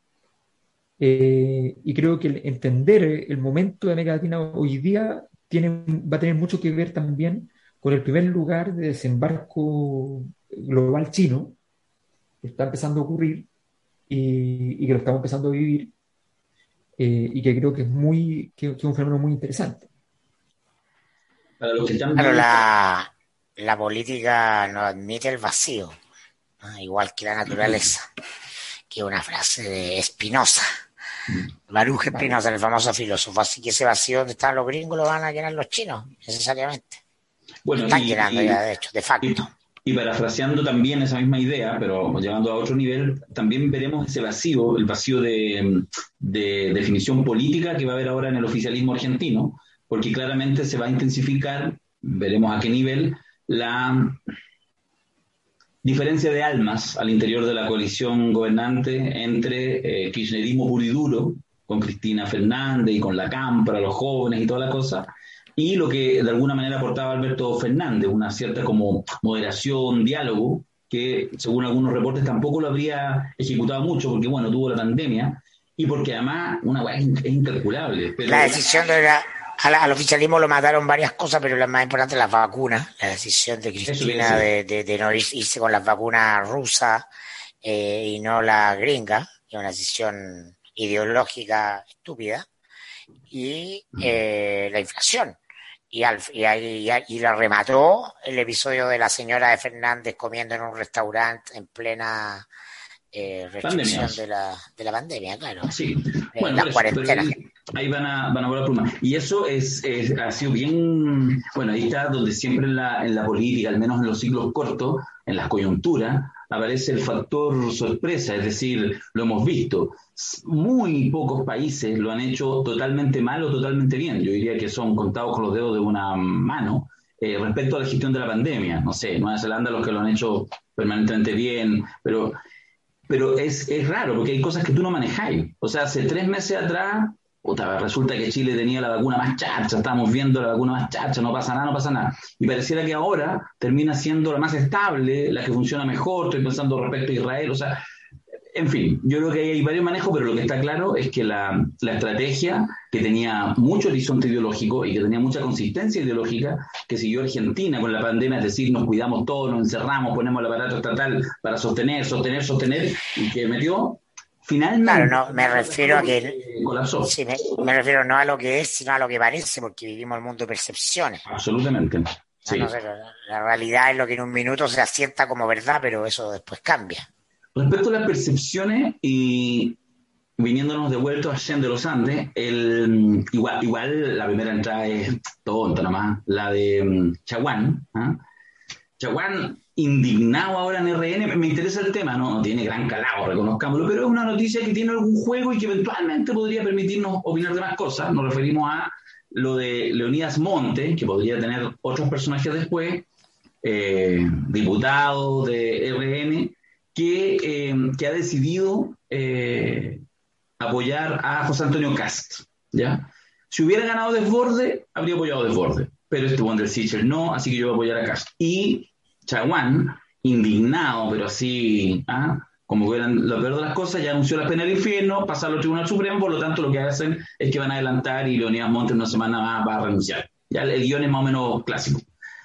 Y creo que entender el momento de América Latina hoy día va a tener mucho que ver también con el primer lugar de desembarco global chino, que está empezando a ocurrir y que lo estamos empezando a vivir, y que creo que es un fenómeno muy interesante. Para los que están Claro, viendo, la política no admite el vacío, ¿no? Igual que la naturaleza, que es una frase de Spinoza, Baruch Spinoza, el famoso filósofo. Así que ese vacío donde están los gringos lo van a llenar los chinos, necesariamente. bueno, Están llenando ya, de hecho, de facto. Y parafraseando también esa misma idea, pero llevando a otro nivel, también veremos ese vacío, el vacío de definición política que va a haber ahora en el oficialismo argentino, porque claramente se va a intensificar, veremos a qué nivel, la diferencia de almas al interior de la coalición gobernante entre kirchnerismo puro y duro, con Cristina Fernández y con la Cámpora, los jóvenes y toda la cosa, y lo que de alguna manera aportaba Alberto Fernández, una cierta como moderación, diálogo, que según algunos reportes tampoco lo habría ejecutado mucho, porque bueno, tuvo la pandemia, y porque además una weá es incalculable. Pero La decisión al oficialismo lo mataron varias cosas, pero la más importante, las vacunas. La decisión de Cristina de no irse con las vacunas rusas y no la gringa, que es una decisión ideológica estúpida, y la inflación. Y la remató el episodio de la señora de Fernández comiendo en un restaurante en plena restricción de la pandemia, claro. Sí, bueno, la cuarentena. Ahí van a volar plumas. Y eso ha sido bien, bueno, ahí está donde siempre en la política, al menos en los ciclos cortos, en las coyunturas, aparece el factor sorpresa, es decir, lo hemos visto. Muy pocos países lo han hecho totalmente mal o totalmente bien. Yo diría que son contados con los dedos de una mano respecto a la gestión de la pandemia. No sé, Nueva Zelanda los que lo han hecho permanentemente bien, pero es raro porque hay cosas que tú no manejáis. O sea, hace 3 meses atrás, resulta que Chile tenía la vacuna más chacha, estábamos viendo la vacuna más chacha, no pasa nada. Y pareciera que ahora termina siendo la más estable, la que funciona mejor, estoy pensando respecto a Israel, o sea, en fin, yo creo que hay varios manejos, pero lo que está claro es que la estrategia, que tenía mucho horizonte ideológico y que tenía mucha consistencia ideológica, que siguió Argentina con la pandemia, es decir, nos cuidamos todos, nos encerramos, ponemos el aparato estatal para sostener, y que metió, finalmente... Claro, no, me refiero a que... colapsó. Sí, me refiero no a lo que es, sino a lo que parece, porque vivimos el mundo de percepciones. Absolutamente, sí. No sé, la realidad es lo que en un minuto se asienta como verdad, pero eso después cambia. Respecto a las percepciones y viniéndonos de vuelta a Shen de los Andes, igual la primera entrada es tonta nomás, la de Chaguán. Chaguán indignado ahora en RN, me interesa el tema, no tiene gran calado, reconozcámoslo, pero es una noticia que tiene algún juego y que eventualmente podría permitirnos opinar de más cosas. Nos referimos a lo de Leonidas Monte, que podría tener otros personajes después, diputado de RN, que ha decidido apoyar a José Antonio Kast, ¿ya? Si hubiera ganado Desborde, habría apoyado a Desborde, pero este Wander Sichel no, así que yo voy a apoyar a Kast. Y Chaguán, indignado, pero así, como que eran lo peor de las cosas, ya anunció la pena del infierno, pasarlo al Tribunal Supremo, por lo tanto lo que hacen es que van a adelantar y Leonidas Montes una semana más va a renunciar. Ya el guión es más o menos clásico.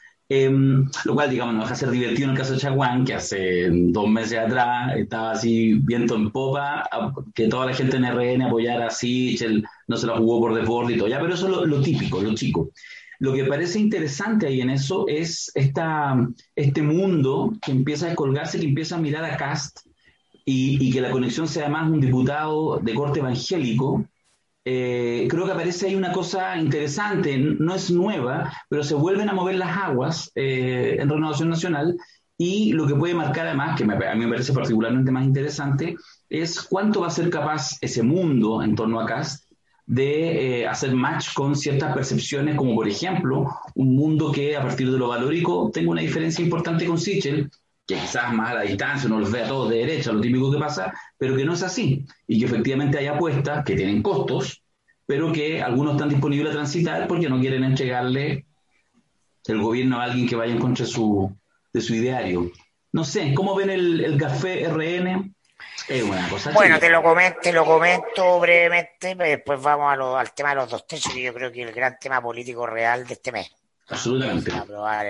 Lo cual, digamos, nos deja ser divertido en el caso de Chaguán, que hace 2 meses atrás estaba así viento en popa, que toda la gente en RN apoyara a Sichel, no se la jugó por Desborde y todo, ya, pero eso es lo típico, lo chico. Lo que parece interesante ahí en eso es este mundo que empieza a descolgarse, que empieza a mirar a Kast y que la conexión sea más un diputado de corte evangélico. Creo que aparece ahí una cosa interesante, no es nueva, pero se vuelven a mover las aguas en Renovación Nacional, y lo que puede marcar además, que a mí me parece particularmente más interesante, es cuánto va a ser capaz ese mundo en torno a Kast de hacer match con ciertas percepciones, como por ejemplo un mundo que a partir de lo valórico tenga una diferencia importante con Sichel, que quizás más a la distancia uno los ve a todos de derecha, lo típico que pasa, pero que no es así, y que efectivamente hay apuestas que tienen costos, pero que algunos están disponibles a transitar porque no quieren entregarle el gobierno a alguien que vaya en contra de su ideario. No sé, ¿cómo ven el café RN? Es una cosa bueno, chica. te lo comento brevemente, después vamos al tema de los 2 tercios, que yo creo que es el gran tema político real de este mes. Absolutamente. A aprobar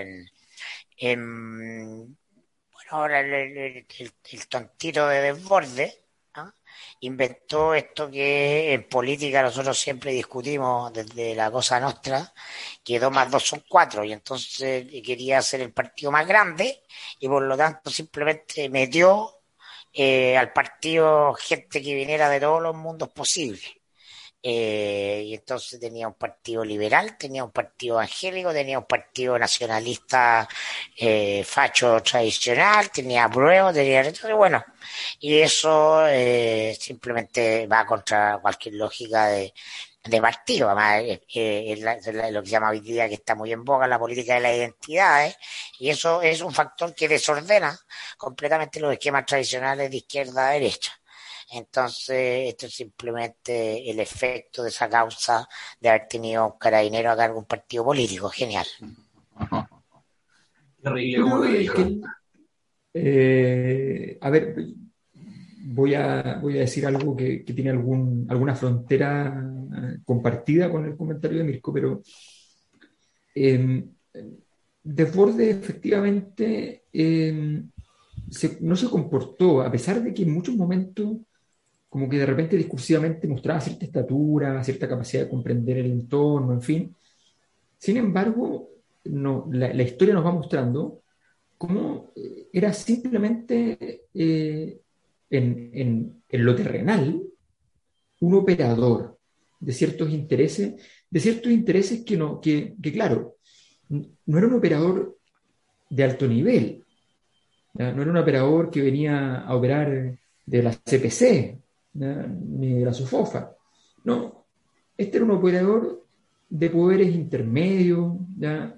bueno, ahora el tontito de Desborde inventó esto que en política nosotros siempre discutimos desde la Cosa Nostra, que 2 más 2 son 4, y entonces quería ser el partido más grande y por lo tanto simplemente metió al partido gente que viniera de todos los mundos posibles. Y entonces tenía un partido liberal, tenía un partido evangélico, tenía un partido nacionalista facho tradicional, tenía apruebo, entonces bueno, y eso simplemente va contra cualquier lógica de de partido. Además, es lo que se llama hoy día, que está muy en boga, la política de las identidades, y eso es un factor que desordena completamente los esquemas tradicionales de izquierda a derecha. Entonces, esto es simplemente el efecto de esa causa de haber tenido un carabinero a cargo de un partido político. Genial. Terrible Yo como creo lo dijo. a ver, voy a decir algo que tiene alguna frontera compartida con el comentario de Mirko, pero Desbordes efectivamente no se comportó, a pesar de que en muchos momentos, como que de repente discursivamente mostraba cierta estatura, cierta capacidad de comprender el entorno, en fin. Sin embargo, no, la historia nos va mostrando cómo era simplemente en lo terrenal un operador de ciertos intereses que, no, que claro, no era un operador de alto nivel, ¿ya? No era un operador que venía a operar de la CPC, ¿ya? Ni de la SOFOFA. No, este era un operador de poderes intermedios, ¿ya?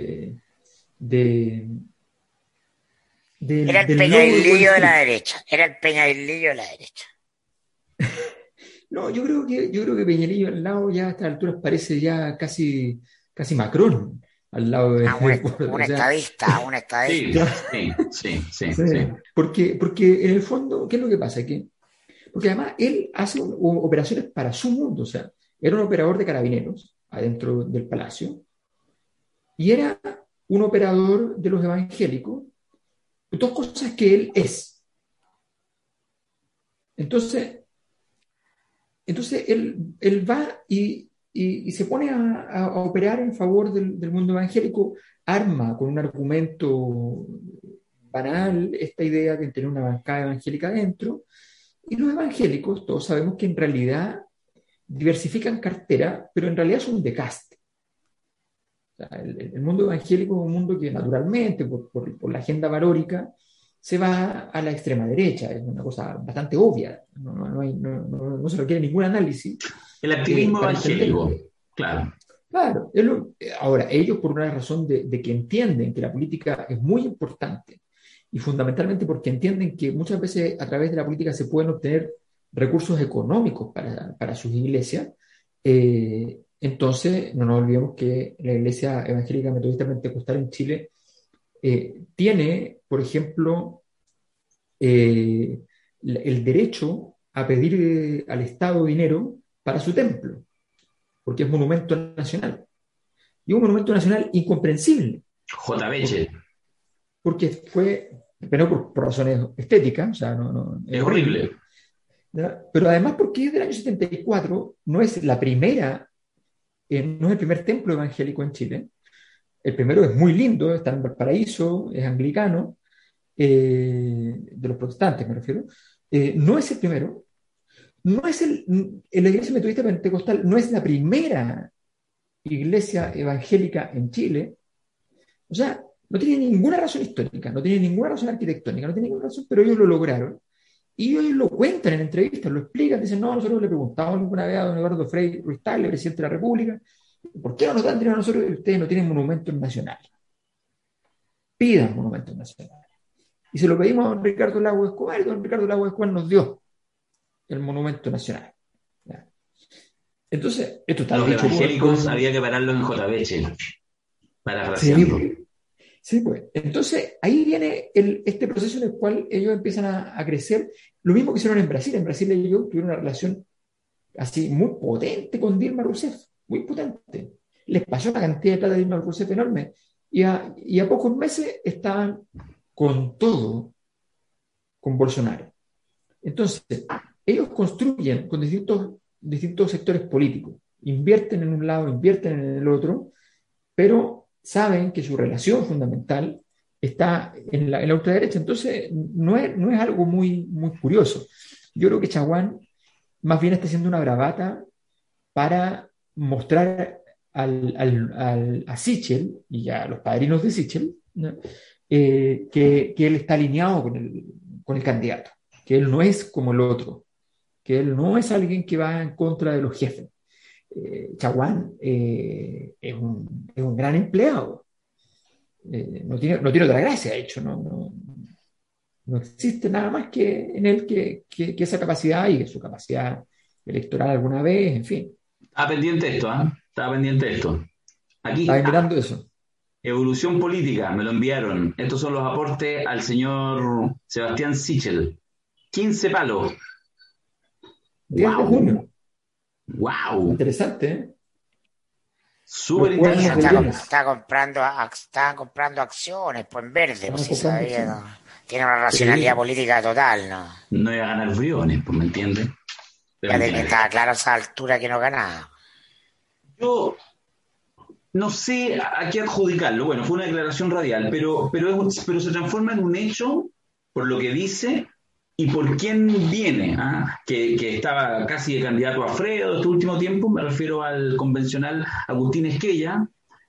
De, Era el del lobo de Wall Peñailillo de la Street. derecha. Era el Peñailillo de la derecha. No, yo creo que Peñalillo al lado ya a estas alturas parece ya casi Macron al lado Ah, de un o sea, estadista, un estadista. Sí, ya, sí, sí. porque en el fondo, ¿qué es lo que pasa? Porque además él hace operaciones para su mundo, o sea, era un operador de carabineros adentro del palacio y era un operador de los evangélicos, dos cosas que él es. Entonces, él va y se pone a operar en favor del mundo evangélico, arma con un argumento banal esta idea de tener una bancada evangélica dentro, y los evangélicos, todos sabemos que en realidad diversifican cartera, pero en realidad son de caste. O sea, el mundo evangélico es un mundo que naturalmente, por la agenda valórica, se va a la extrema derecha. Es una cosa bastante obvia, no se requiere ningún análisis El activismo para evangélico, entenderlo. claro. Claro, ahora, ellos por una razón de que entienden que la política es muy importante y fundamentalmente porque entienden que muchas veces a través de la política se pueden obtener recursos económicos para sus iglesias. Entonces, no nos olvidemos que la Iglesia Evangélica Metodista Pentecostal en Chile tiene, por ejemplo, el derecho a pedir al Estado dinero para su templo, porque es monumento nacional. Y un monumento nacional incomprensible, J. por- Beche, porque fue, pero por razones estéticas, o sea, es es horrible, horrible. ¿ya? Pero además porque es del año 74, no es el primer templo evangélico en Chile. El primero es muy lindo, está en Valparaíso, es anglicano, de los protestantes me refiero. No es el primero, no es la iglesia metodista pentecostal no es la primera iglesia evangélica en Chile. O sea, no tiene ninguna razón histórica, no tiene ninguna razón arquitectónica, no tiene ninguna razón, pero ellos lo lograron. Y ellos lo cuentan en entrevistas, lo explican, dicen, no, nosotros le preguntamos alguna vez a don Eduardo Frei Ruiz Tagle, presidente de la República, ¿por qué no nos dan dinero a nosotros y ustedes no tienen monumentos nacionales? Pidan monumentos nacionales. Y se lo pedimos a don Ricardo Lago Escobar, y don Ricardo Lago Escobar nos dio el monumento nacional. ¿Ya? Entonces, esto A está los dicho evangélicos había que pararlos en J. Beche, parafraseando. Sí, sí, pues. Entonces, ahí viene este proceso en el cual ellos empiezan a crecer. Lo mismo que hicieron en Brasil. En Brasil ellos tuvieron una relación así muy potente con Dilma Rousseff, muy potente. Les pasó una cantidad de plata a Dilma Rousseff enorme. Y a pocos meses estaban con todo con Bolsonaro. Entonces, ellos construyen con distintos sectores políticos. Invierten en un lado, invierten en el otro, pero saben que su relación fundamental está en la ultraderecha. Entonces, no es algo muy curioso. Yo creo que Chaguán más bien está haciendo una bravata para mostrar a Sichel y a los padrinos de Sichel, ¿no? Que él está alineado con el candidato, que él no es como el otro, que él no es alguien que va en contra de los jefes. Chaguán es un gran empleado. No tiene otra gracia, de hecho, no existe nada más que en él que esa capacidad y que su capacidad electoral alguna vez, en fin. Estaba pendiente esto, ¿ah? Estaba pendiente esto. Aquí Estaba está. mirando eso. Evolución política, me lo enviaron. Estos son los aportes al señor Sebastián Sichel. 15 palos. 10 de junio. Wow. Interesante, ¿eh? Súper Los cuernos interesante. del viernes. Está comprando acciones, pues en verde, pues Estaban sí comprando sabía, acciones. ¿no? Tiene una racionalidad Sí. política total, ¿no? No iba a ganar Briones, pues, ¿me entiendes? Ya de que estaba claro a esa altura que no ganaba. Yo no sé a qué adjudicarlo. Bueno, fue una declaración radial, pero se transforma en un hecho por lo que dice y por quién viene, ¿ah? Que estaba casi de candidato a Fredo este último tiempo, me refiero al convencional Agustín Esquella,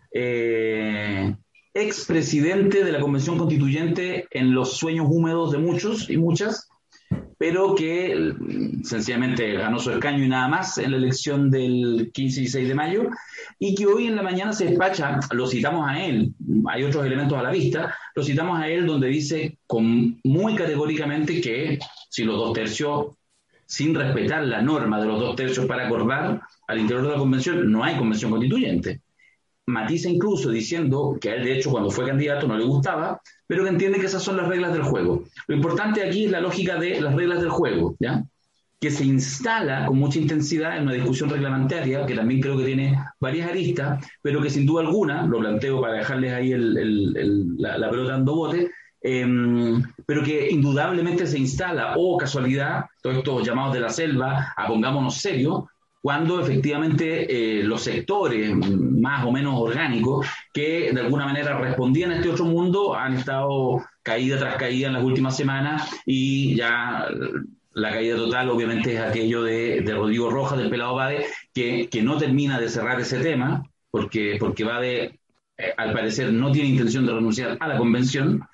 expresidente de la Convención Constituyente en los sueños húmedos de muchos y muchas, pero que sencillamente ganó su escaño y nada más en la elección del 15 y 6 de mayo, y que hoy en la mañana se despacha, lo citamos a él, hay otros elementos a la vista, lo citamos a él donde dice muy categóricamente que si los 2/3, sin respetar la norma de los 2/3 para acordar al interior de la convención, no hay convención constituyente. Matiza incluso diciendo que a él de hecho cuando fue candidato no le gustaba, pero que entiende que esas son las reglas del juego. Lo importante aquí es la lógica de las reglas del juego, ¿ya? Que se instala con mucha intensidad en una discusión reglamentaria, que también creo que tiene varias aristas, pero que sin duda alguna, lo planteo para dejarles ahí la pelota dando bote, pero que indudablemente se instala, o casualidad, todos estos llamados de la selva, a pongámonos serios, cuando efectivamente los sectores más o menos orgánicos que de alguna manera respondían a este otro mundo han estado caída tras caída en las últimas semanas, y ya la caída total obviamente es aquello de Rodrigo Rojas, del Pelado Bade, que no termina de cerrar ese tema, porque Bade al parecer no tiene intención de renunciar a la convención,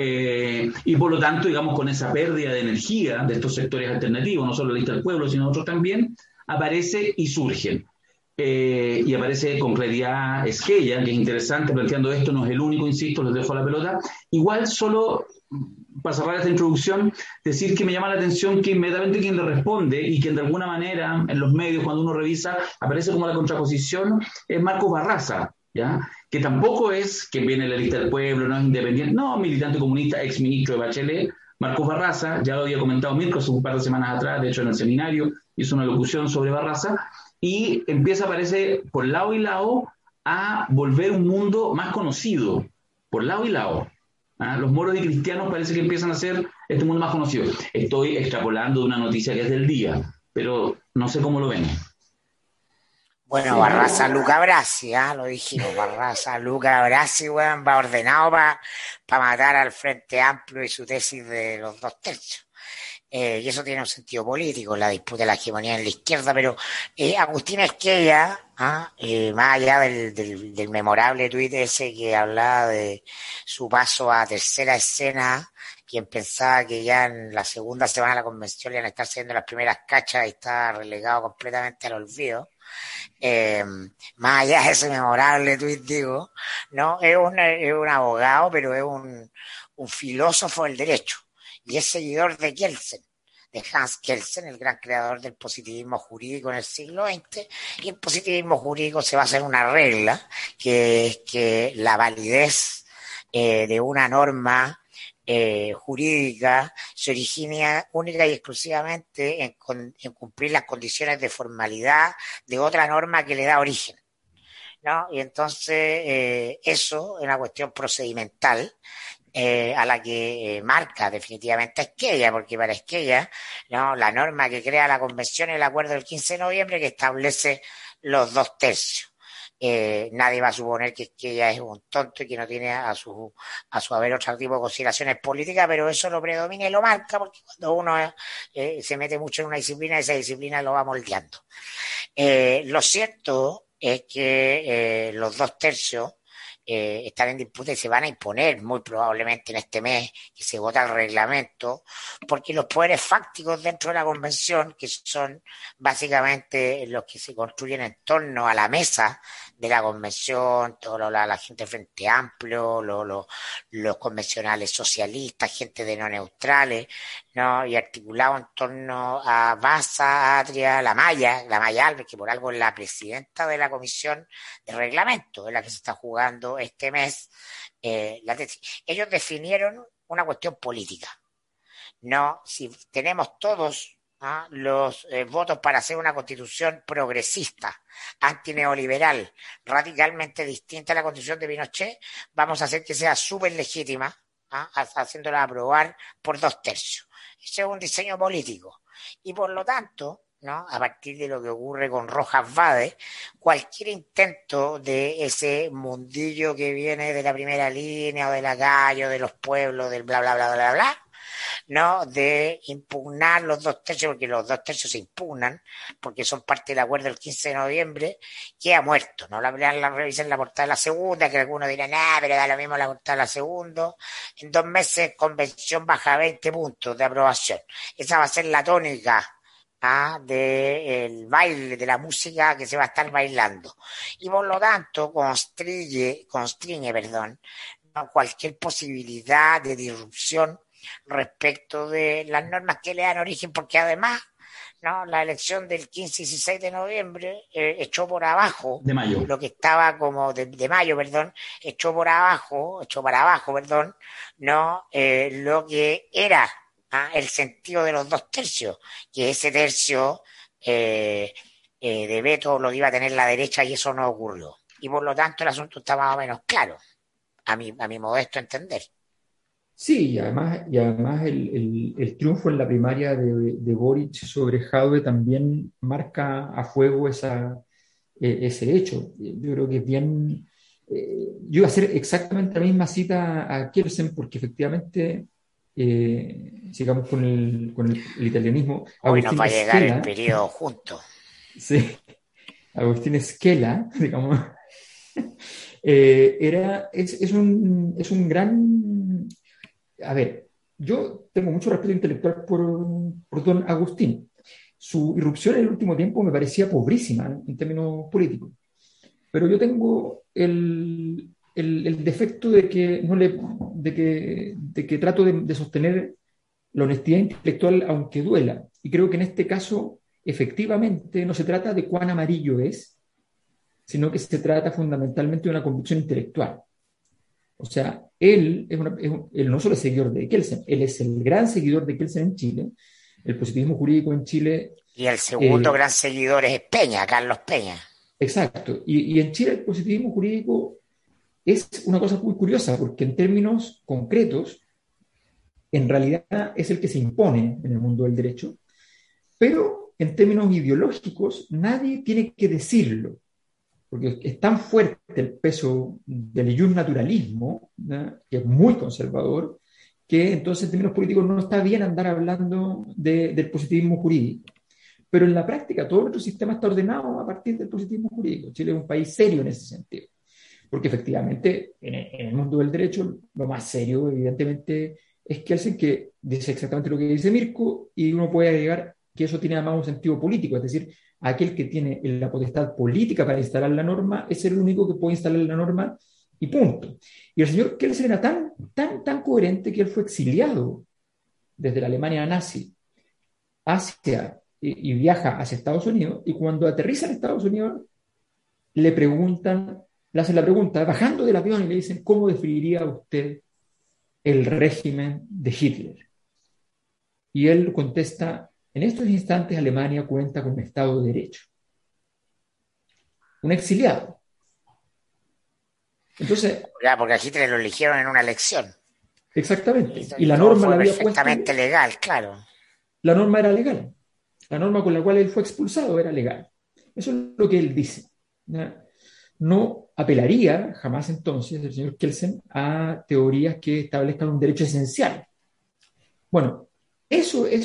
y por lo tanto, digamos, con esa pérdida de energía de estos sectores alternativos, no solo la lista del pueblo, sino otros también, aparece y surgen. Y aparece con claridad Esquella, que es interesante planteando esto, no es el único, insisto, les dejo la pelota. Igual solo, para cerrar esta introducción, decir que me llama la atención que inmediatamente quien le responde y quien de alguna manera en los medios, cuando uno revisa, aparece como la contraposición, es Marcos Barraza, ¿ya? Que tampoco es que viene de la lista del pueblo, no es independiente, no, militante comunista, ex ministro de Bachelet. Marcos Barraza, ya lo había comentado Mirko hace un par de semanas atrás, de hecho en el seminario hizo una locución sobre Barraza, y empieza a aparecer por lado y lado a volver un mundo más conocido, por lado y lado. Los moros y cristianos parece que empiezan a hacer este mundo más conocido. Estoy extrapolando de una noticia que es del día, pero no sé cómo lo ven. Bueno, Sí. Barraza Luca Brasi, lo dijimos, Barraza Luca Brasi, weón, va ordenado para matar al Frente Amplio y su tesis de los 2/3. Y eso tiene un sentido político, la disputa de la hegemonía en la izquierda, pero Agustín Esquella, más allá del memorable tuit ese que hablaba de su paso a tercera escena, quien pensaba que ya en la segunda semana de la convención iban a estar siendo las primeras cachas y está relegado completamente al olvido. Más allá de ese memorable tuit, digo, no es un abogado, pero es un filósofo del derecho y es seguidor de Kelsen, de Hans Kelsen, el gran creador del positivismo jurídico en el siglo XX. Y el positivismo jurídico se basa en una regla que es que la validez de una norma jurídica se origina única y exclusivamente en cumplir las condiciones de formalidad de otra norma que le da origen, ¿no? Y entonces eso es una cuestión procedimental a la que marca definitivamente Esquella, porque para Esquella, ¿no?, la norma que crea la convención es el acuerdo del 15 de noviembre que establece los 2/3. Nadie va a suponer que Esquella es un tonto y que no tiene a su haber otro tipo de consideraciones políticas, pero eso lo predomina y lo marca, porque cuando uno se mete mucho en una disciplina, esa disciplina lo va moldeando. Lo cierto es que los 2/3 están en disputa y se van a imponer muy probablemente en este mes que se vota el reglamento, porque los poderes fácticos dentro de la convención, que son básicamente los que se construyen en torno a la mesa de la convención, la gente del Frente Amplio, los convencionales socialistas, gente de no neutrales, ¿no? Y articulado en torno a Baza, Atria, la Maya Alves, que por algo es la presidenta de la comisión de reglamento, es la que se está jugando este mes. Ellos definieron una cuestión política. No, si tenemos todos los votos para hacer una constitución progresista, antineoliberal, radicalmente distinta a la constitución de Pinochet, vamos a hacer que sea súper legítima, haciéndola aprobar por 2/3. Ese es un diseño político. Y por lo tanto, ¿no? A partir de lo que ocurre con Rojas Vade, cualquier intento de ese mundillo que viene de la primera línea o de la calle o de los pueblos, del bla, bla, bla, bla, bla, ¿no? De impugnar los 2/3, porque los 2/3 se impugnan, porque son parte del acuerdo del 15 de noviembre, queda muerto, ¿no? La revisen la portada de la segunda, que algunos dirán, pero da lo mismo la portada de la segunda. En 2 meses, convención baja 20 puntos de aprobación. Esa va a ser la tónica del baile, de la música que se va a estar bailando. Y por lo tanto, constriñe, ¿no? Cualquier posibilidad de disrupción respecto de las normas que le dan origen, porque además, ¿no? La elección del 15 y 16 de noviembre echó por abajo de mayo. Lo que estaba como de mayo, echó para abajo, ¿no? Lo que era el sentido de los 2/3, que ese tercio de veto lo iba a tener la derecha, y eso no ocurrió. Y por lo tanto el asunto está más o menos claro, a mi modesto entender. Sí, y además el triunfo en la primaria de Boric sobre Jadwe también marca a fuego ese hecho. Yo creo que es bien. Yo iba a hacer exactamente la misma cita a Kelsen, porque efectivamente, sigamos con el italianismo, Hoy nos Agustín va a llegar el Esquela, periodo junto. sí, Agustín Esquela, digamos, es un gran. A ver, yo tengo mucho respeto intelectual por don Agustín. Su irrupción en el último tiempo me parecía pobrísima en términos políticos. Pero yo tengo el defecto de que trato de sostener la honestidad intelectual aunque duela. Y creo que en este caso, efectivamente, no se trata de cuán amarillo es, sino que se trata fundamentalmente de una convicción intelectual. O sea, él no solo es seguidor de Kelsen, él es el gran seguidor de Kelsen en Chile. El positivismo jurídico en Chile. Y el segundo gran seguidor es Peña, Carlos Peña. Exacto. Y en Chile el positivismo jurídico es una cosa muy curiosa, porque en términos concretos, en realidad es el que se impone en el mundo del derecho, pero en términos ideológicos nadie tiene que decirlo, porque es tan fuerte el peso del naturalismo, ¿no? Que es muy conservador, que entonces en términos políticos no está bien andar hablando del positivismo jurídico. Pero en la práctica todo nuestro sistema está ordenado a partir del positivismo jurídico. Chile es un país serio en ese sentido, porque efectivamente en el mundo del derecho lo más serio evidentemente es que dice exactamente lo que dice Mirko, y uno puede agregar que eso tiene además un sentido político, es decir, aquel que tiene la potestad política para instalar la norma es el único que puede instalar la norma, y punto. Y el señor Kelsen era tan coherente que él fue exiliado desde la Alemania nazi y viaja hacia Estados Unidos, y cuando aterriza en Estados Unidos le hacen la pregunta, bajando del avión, y le dicen, ¿cómo definiría usted el régimen de Hitler? Y él contesta, en estos instantes Alemania cuenta con un Estado de Derecho. Un exiliado. Entonces, porque a Hitler lo eligieron en una elección. Exactamente. Y la norma la había perfectamente legal, claro. La norma era legal. La norma con la cual él fue expulsado era legal. Eso es lo que él dice. No apelaría jamás entonces el señor Kelsen a teorías que establezcan un derecho esencial. Bueno, eso es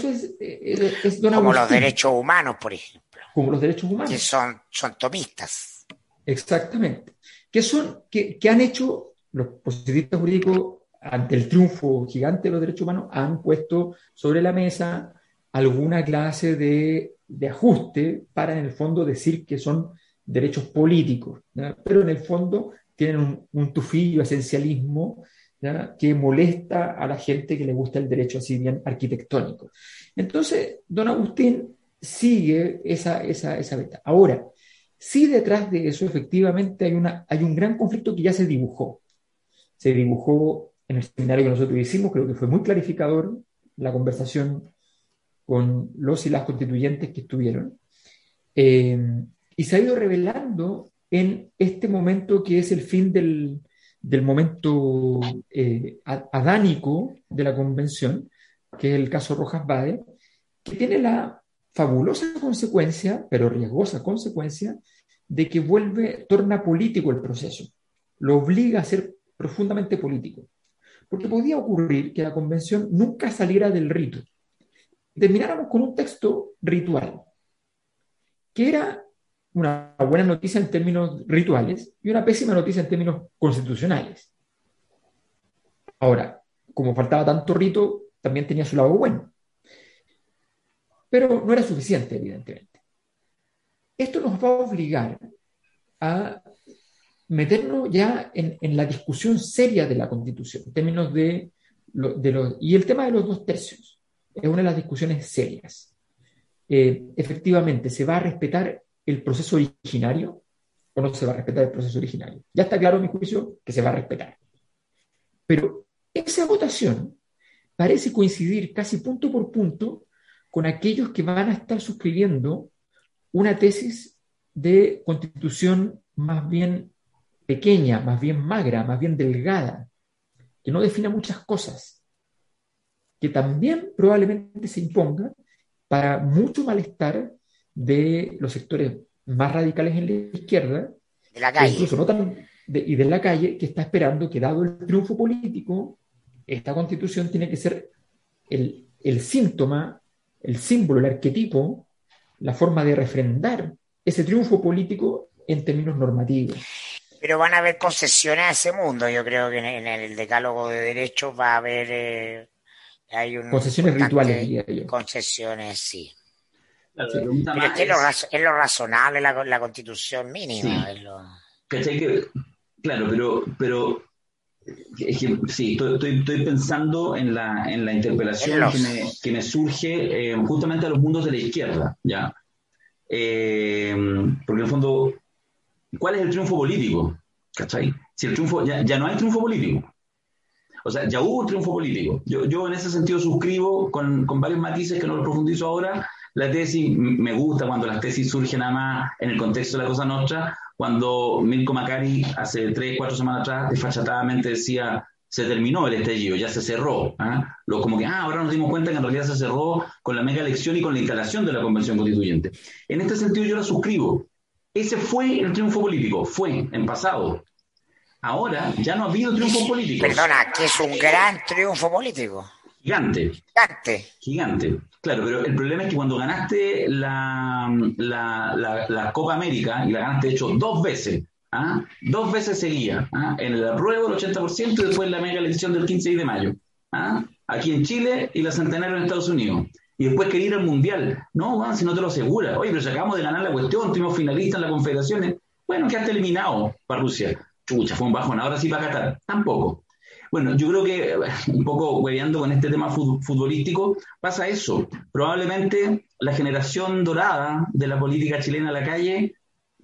don Como Agustín. los derechos humanos, por ejemplo. Como los derechos humanos. Que son tomistas. exactamente. ¿Qué han hecho los positivistas jurídicos ante el triunfo gigante de los derechos humanos? Han puesto sobre la mesa alguna clase de ajuste para, en el fondo, decir que son derechos políticos, ¿ya? Pero en el fondo tienen un tufillo esencialismo, ¿ya? Que molesta a la gente que le gusta el derecho así bien arquitectónico. Entonces, don Agustín sigue esa beta. Ahora, sí, detrás de eso efectivamente hay un gran conflicto que ya se dibujó. Se dibujó en el seminario que nosotros hicimos, creo que fue muy clarificador la conversación con los y las constituyentes que estuvieron. Eh, y se ha ido revelando en este momento que es el fin del momento adánico de la convención, que es el caso Rojas Bade, que tiene la fabulosa consecuencia, pero riesgosa consecuencia, de que torna político el proceso, lo obliga a ser profundamente político. Porque podía ocurrir que la convención nunca saliera del rito. Termináramos con un texto ritual, que era una buena noticia en términos rituales y una pésima noticia en términos constitucionales. Ahora, como faltaba tanto rito, también tenía su lado bueno. Pero no era suficiente, evidentemente. Esto nos va a obligar a meternos ya en la discusión seria de la Constitución, en términos y el tema de los 2/3 es una de las discusiones serias. Efectivamente, ¿se va a respetar el proceso originario o no se va a respetar el proceso originario? Ya está claro, a mi juicio, que se va a respetar. Pero esa votación parece coincidir casi punto por punto con aquellos que van a estar suscribiendo una tesis de constitución más bien pequeña, más bien magra, más bien delgada, que no defina muchas cosas, que también probablemente se imponga para mucho malestar de los sectores más radicales en la izquierda, de la calle, incluso no tan y de la calle, que está esperando que, dado el triunfo político, esta constitución tiene que ser el síntoma, el símbolo, el arquetipo, la forma de refrendar ese triunfo político en términos normativos. Pero van a haber concesiones a ese mundo. Yo creo que en el decálogo de derechos va a haber concesiones rituales, diría yo. Concesiones, sí. Claro, sí. Pero es que es lo razonable, la constitución mínima. Sí. ¿Cachai? Claro, pero es que, sí, estoy pensando en la interpelación que me surge justamente a los mundos de la izquierda, ¿ya? Porque en el fondo, ¿cuál es el triunfo político? ¿Cachai? Si el triunfo, ya no hay triunfo político. O sea, ya hubo un triunfo político. Yo en ese sentido suscribo con varios matices que no lo profundizo ahora. La tesis, me gusta cuando las tesis surgen nada más en el contexto de la Cosa Nostra, cuando Mirko Macari hace 3-4 semanas atrás desfachatadamente decía: se terminó el estallido, ya se cerró. Como que ahora nos dimos cuenta que en realidad se cerró con la mega elección y con la instalación de la Convención Constituyente. En este sentido yo la suscribo. Ese fue el triunfo político, fue en pasado. Ahora ya no ha habido triunfos políticos. Perdona, que es un gran triunfo político. Gigante. Claro, pero el problema es que cuando ganaste la Copa América, y la ganaste de hecho 2 veces, 2 veces seguía, en el apruebo el 80% y después la mega elección del 15 de mayo, aquí en Chile y la Centenario en Estados Unidos. Y después quería ir al Mundial. No, si no te lo asegura. Oye, pero si acabamos de ganar la cuestión, tuvimos finalistas en las confederaciones. Bueno, quedaste eliminado para Rusia. Chucha, fue un bajón. Ahora sí para Qatar. Tampoco. Bueno, yo creo que un poco hueveando con este tema futbolístico, pasa eso. Probablemente la generación dorada de la política chilena a la calle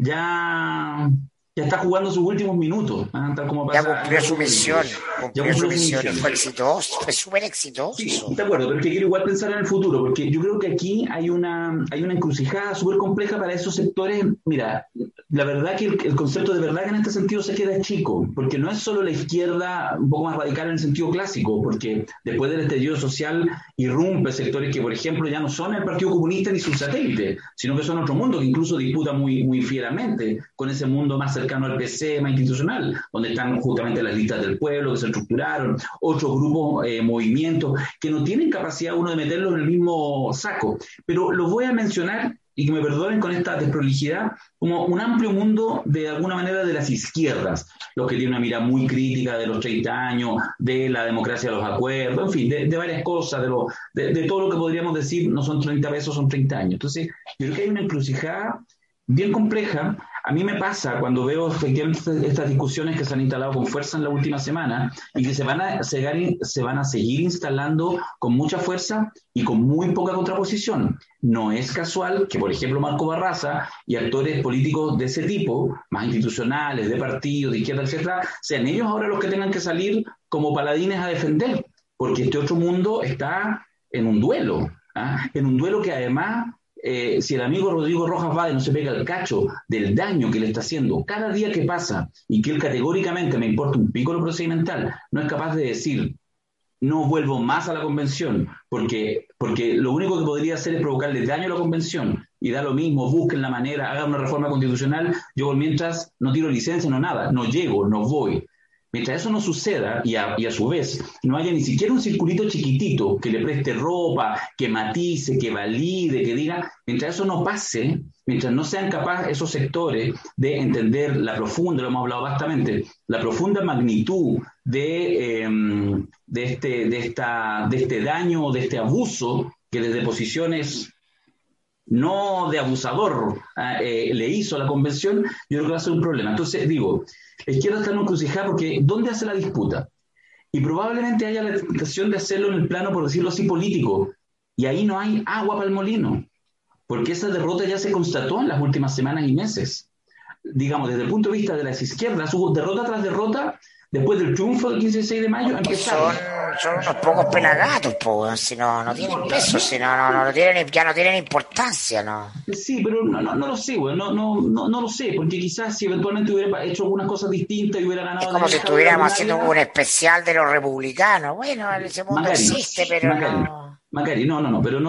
ya está jugando sus últimos minutos. Tal como pasa, ya cumplió su misión. Y fue exitoso, fue súper exitoso. Sí, de acuerdo, pero es que quiero igual pensar en el futuro, porque yo creo que aquí hay una encrucijada súper compleja para esos sectores. Mira, la verdad que el concepto de verdad que en este sentido se queda chico, porque no es solo la izquierda un poco más radical en el sentido clásico, porque después del estallido social irrumpe sectores que, por ejemplo, ya no son el Partido Comunista ni sus satélites, sino que son otro mundo que incluso disputa muy, muy fieramente con ese mundo más cercano al PC, más institucional, donde están justamente las listas del pueblo que se estructuraron, otros grupos, movimientos que no tienen capacidad uno de meterlos en el mismo saco. Pero los voy a mencionar y que me perdonen con esta desprolijidad, como un amplio mundo de alguna manera de las izquierdas, los que tienen una mirada muy crítica de los 30 años, de la democracia de los acuerdos, en fin, de varias cosas, de todo lo que podríamos decir, no son 30 pesos, son 30 años. Entonces, yo creo que hay una encrucijada bien compleja. A mí me pasa cuando veo efectivamente estas discusiones que se han instalado con fuerza en la última semana y que se van a seguir instalando con mucha fuerza y con muy poca contraposición. No es casual que, por ejemplo, Marco Barraza y actores políticos de ese tipo, más institucionales, de partidos, de izquierda, etcétera, sean ellos ahora los que tengan que salir como paladines a defender, porque este otro mundo está en un duelo, en un duelo que además... si el amigo Rodrigo Rojas Vade no se pega el cacho del daño que le está haciendo cada día que pasa y que él categóricamente, me importa un pico lo procedimental, no es capaz de decir no vuelvo más a la convención porque lo único que podría hacer es provocarle daño a la convención y da lo mismo, busquen la manera, hagan una reforma constitucional, yo por mientras no tiro licencia, no nada, no llego, no voy. Mientras eso no suceda y a su vez no haya ni siquiera un circulito chiquitito que le preste ropa, que matice, que valide, que diga, mientras eso no pase, mientras no sean capaces esos sectores de entender la profunda, lo hemos hablado bastante, la profunda magnitud de este daño, de este abuso que desde posiciones no de abusador le hizo a la convención, yo creo que va a ser un problema. Entonces digo, la izquierda está en una encrucijada porque ¿dónde hace la disputa? Y probablemente haya la tentación de hacerlo en el plano, por decirlo así, político. Y ahí no hay agua para el molino, porque esa derrota ya se constató en las últimas semanas y meses. Digamos, desde el punto de vista de las izquierdas, hubo derrota tras derrota. Después del triunfo del 15 y 6 de mayo empezaron. Son unos pocos pelagatos, si no tienen peso, si no tienen, ya no tienen importancia, ¿no? Sí, pero no lo sé, güey, no lo sé, porque quizás si eventualmente hubiera hecho algunas cosas distintas y hubiera ganado... Es como si estuviéramos haciendo un especial de los republicanos. Bueno, ese mundo Macari, existe, pero no... Macari, no, pero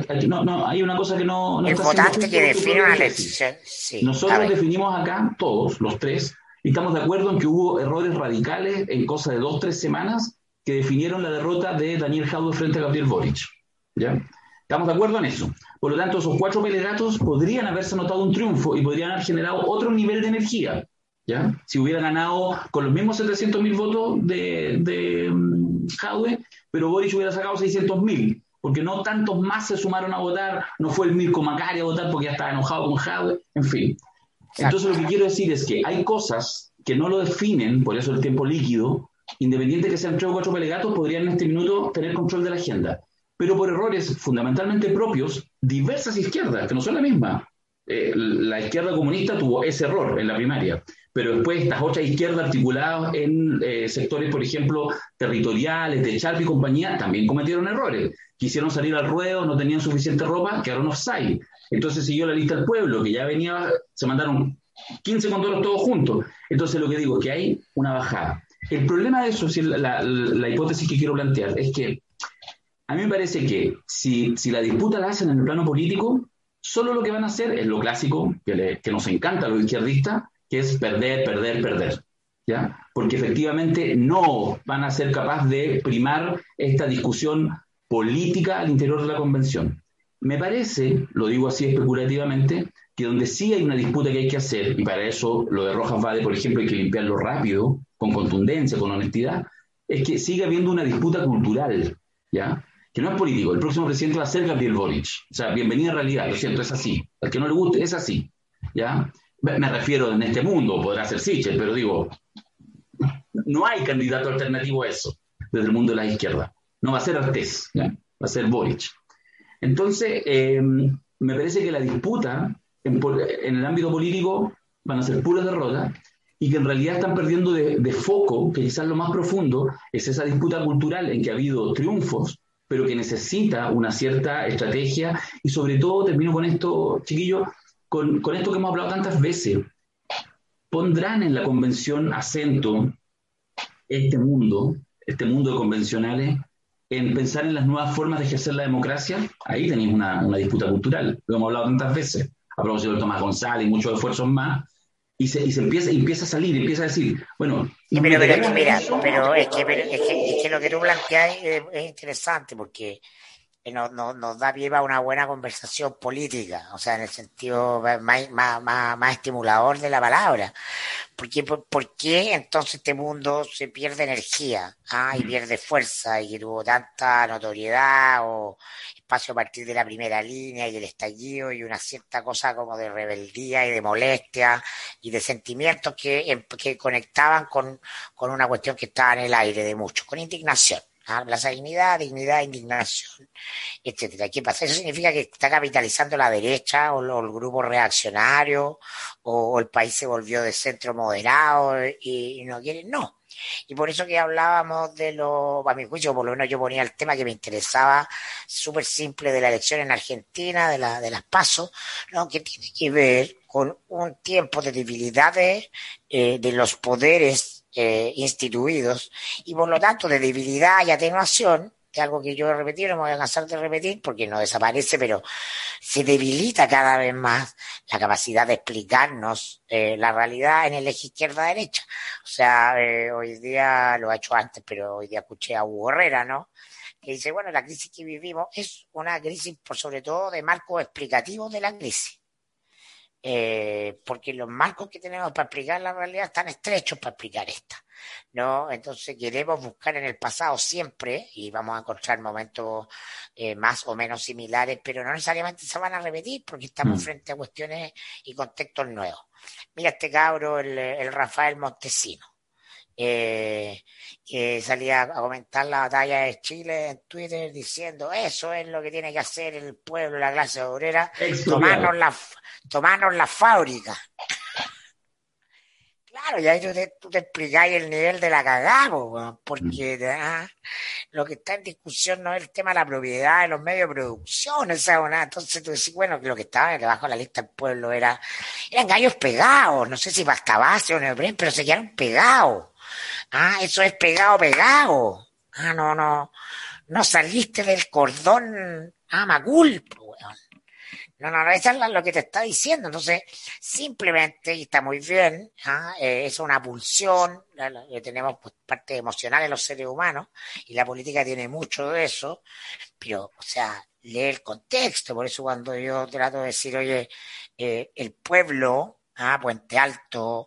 no, hay una cosa que no el votante que define una elección, sí. Nosotros definimos acá, todos, los tres, y estamos de acuerdo en que hubo errores radicales en cosa de 2-3 semanas que definieron la derrota de Daniel Jadwe frente a Gabriel Boric. ¿Ya? Estamos de acuerdo en eso. Por lo tanto, esos 4 pelegatos podrían haberse anotado un triunfo y podrían haber generado otro nivel de energía. ¿Ya? Si hubiera ganado con los mismos 700.000 votos de Jadwe, pero Boric hubiera sacado 600.000, porque no tantos más se sumaron a votar, no fue el Mirko Macari a votar porque ya estaba enojado con Jadwe, en fin. Entonces lo que quiero decir es que hay cosas que no lo definen, por eso el tiempo líquido, independiente que sean 3 o 4 pelegatos, podrían en este minuto tener control de la agenda. Pero por errores fundamentalmente propios, diversas izquierdas, que no son la misma. La izquierda comunista tuvo ese error en la primaria, pero después estas otras izquierdas articuladas en sectores, por ejemplo, territoriales, de Chalp y compañía, también cometieron errores. Quisieron salir al ruedo, no tenían suficiente ropa, quedaron offside. Entonces siguió la lista del pueblo, que ya venía, se mandaron 15 condoros todos juntos. Entonces lo que digo es que hay una bajada. El problema de eso, la hipótesis que quiero plantear, es que a mí me parece que si la disputa la hacen en el plano político, solo lo que van a hacer es lo clásico, que nos encanta a los izquierdistas, que es perder, ¿ya? Porque efectivamente no van a ser capaces de primar esta discusión política al interior de la convención. Me parece, lo digo así especulativamente, que donde sí hay una disputa que hay que hacer, y para eso lo de Rojas Vade, por ejemplo, hay que limpiarlo rápido, con contundencia, con honestidad, es que sigue habiendo una disputa cultural, ¿ya? Que no es político. El próximo presidente va a ser Gabriel Boric. O sea, bienvenida a realidad, lo siento, es así. Al que no le guste, es así, ¿ya? Me refiero en este mundo, podrá ser Sichel, pero digo, no hay candidato alternativo a eso, desde el mundo de la izquierda. No va a ser Artés, ¿ya? Va a ser Boric. Entonces, me parece que la disputa en el ámbito político van a ser puras derrotas y que en realidad están perdiendo de foco, que quizás lo más profundo es esa disputa cultural en que ha habido triunfos, pero que necesita una cierta estrategia y sobre todo, termino con esto, chiquillos, con esto que hemos hablado tantas veces. ¿Pondrán en la convención acento este mundo de convencionales en pensar en las nuevas formas de ejercer la democracia? Ahí tenéis una disputa cultural, lo hemos hablado tantas veces, a propósito de Tomás González y muchos esfuerzos más, y se empieza a salir, empieza a decir, bueno... Pero es que lo que tú planteas es interesante, porque nos da pie para una buena conversación política, o sea, en el sentido más estimulador de la palabra. ¿Por qué entonces este mundo se pierde energía y pierde fuerza y que tuvo tanta notoriedad o espacio a partir de la primera línea y el estallido y una cierta cosa como de rebeldía y de molestia y de sentimientos que conectaban con una cuestión que estaba en el aire de muchos, con indignación? Plaza Dignidad, indignación, etcétera. ¿Qué pasa? Eso significa que está capitalizando la derecha o el grupo reaccionario o el país se volvió de centro moderado y no quieren, no. Y por eso que hablábamos a mi juicio, por lo menos yo ponía el tema que me interesaba, súper simple, de la elección en Argentina, de las PASO, ¿no? Que tiene que ver con un tiempo de debilidades de los poderes instituidos y por lo tanto de debilidad y atenuación, de algo que yo he repetido, no me voy a cansar de repetir porque no desaparece, pero se debilita cada vez más la capacidad de explicarnos la realidad en el eje izquierda-derecha. O sea, hoy día, lo ha hecho antes, pero hoy día escuché a Hugo Herrera, ¿no? Que dice, bueno, la crisis que vivimos es una crisis por sobre todo de marcos explicativos de la crisis. Porque los marcos que tenemos para explicar la realidad están estrechos para explicar esta, ¿no? Entonces queremos buscar en el pasado siempre y vamos a encontrar momentos más o menos similares, pero no necesariamente se van a repetir porque estamos frente a cuestiones y contextos nuevos. Mira este cabro, el Rafael Montesino, que salía a comentar la batalla de Chile en Twitter diciendo eso es lo que tiene que hacer el pueblo, la clase obrera, tomarnos la fábrica. Claro, y ahí tú te explicáis el nivel de la cagada, porque lo que está en discusión no es el tema de la propiedad de los medios de producción, entonces tú decís, bueno, que lo que estaba debajo de la lista del pueblo eran gallos pegados, no sé si pasta base o neopren, pero se quedaron pegados. Eso es pegado. No saliste del cordón Macul, weón. No, eso es lo que te está diciendo. Entonces, simplemente, y está muy bien, es una pulsión, tenemos pues, parte emocional en los seres humanos, y la política tiene mucho de eso, pero, o sea, lee el contexto. Por eso cuando yo trato de decir, oye, el pueblo, Puente Alto,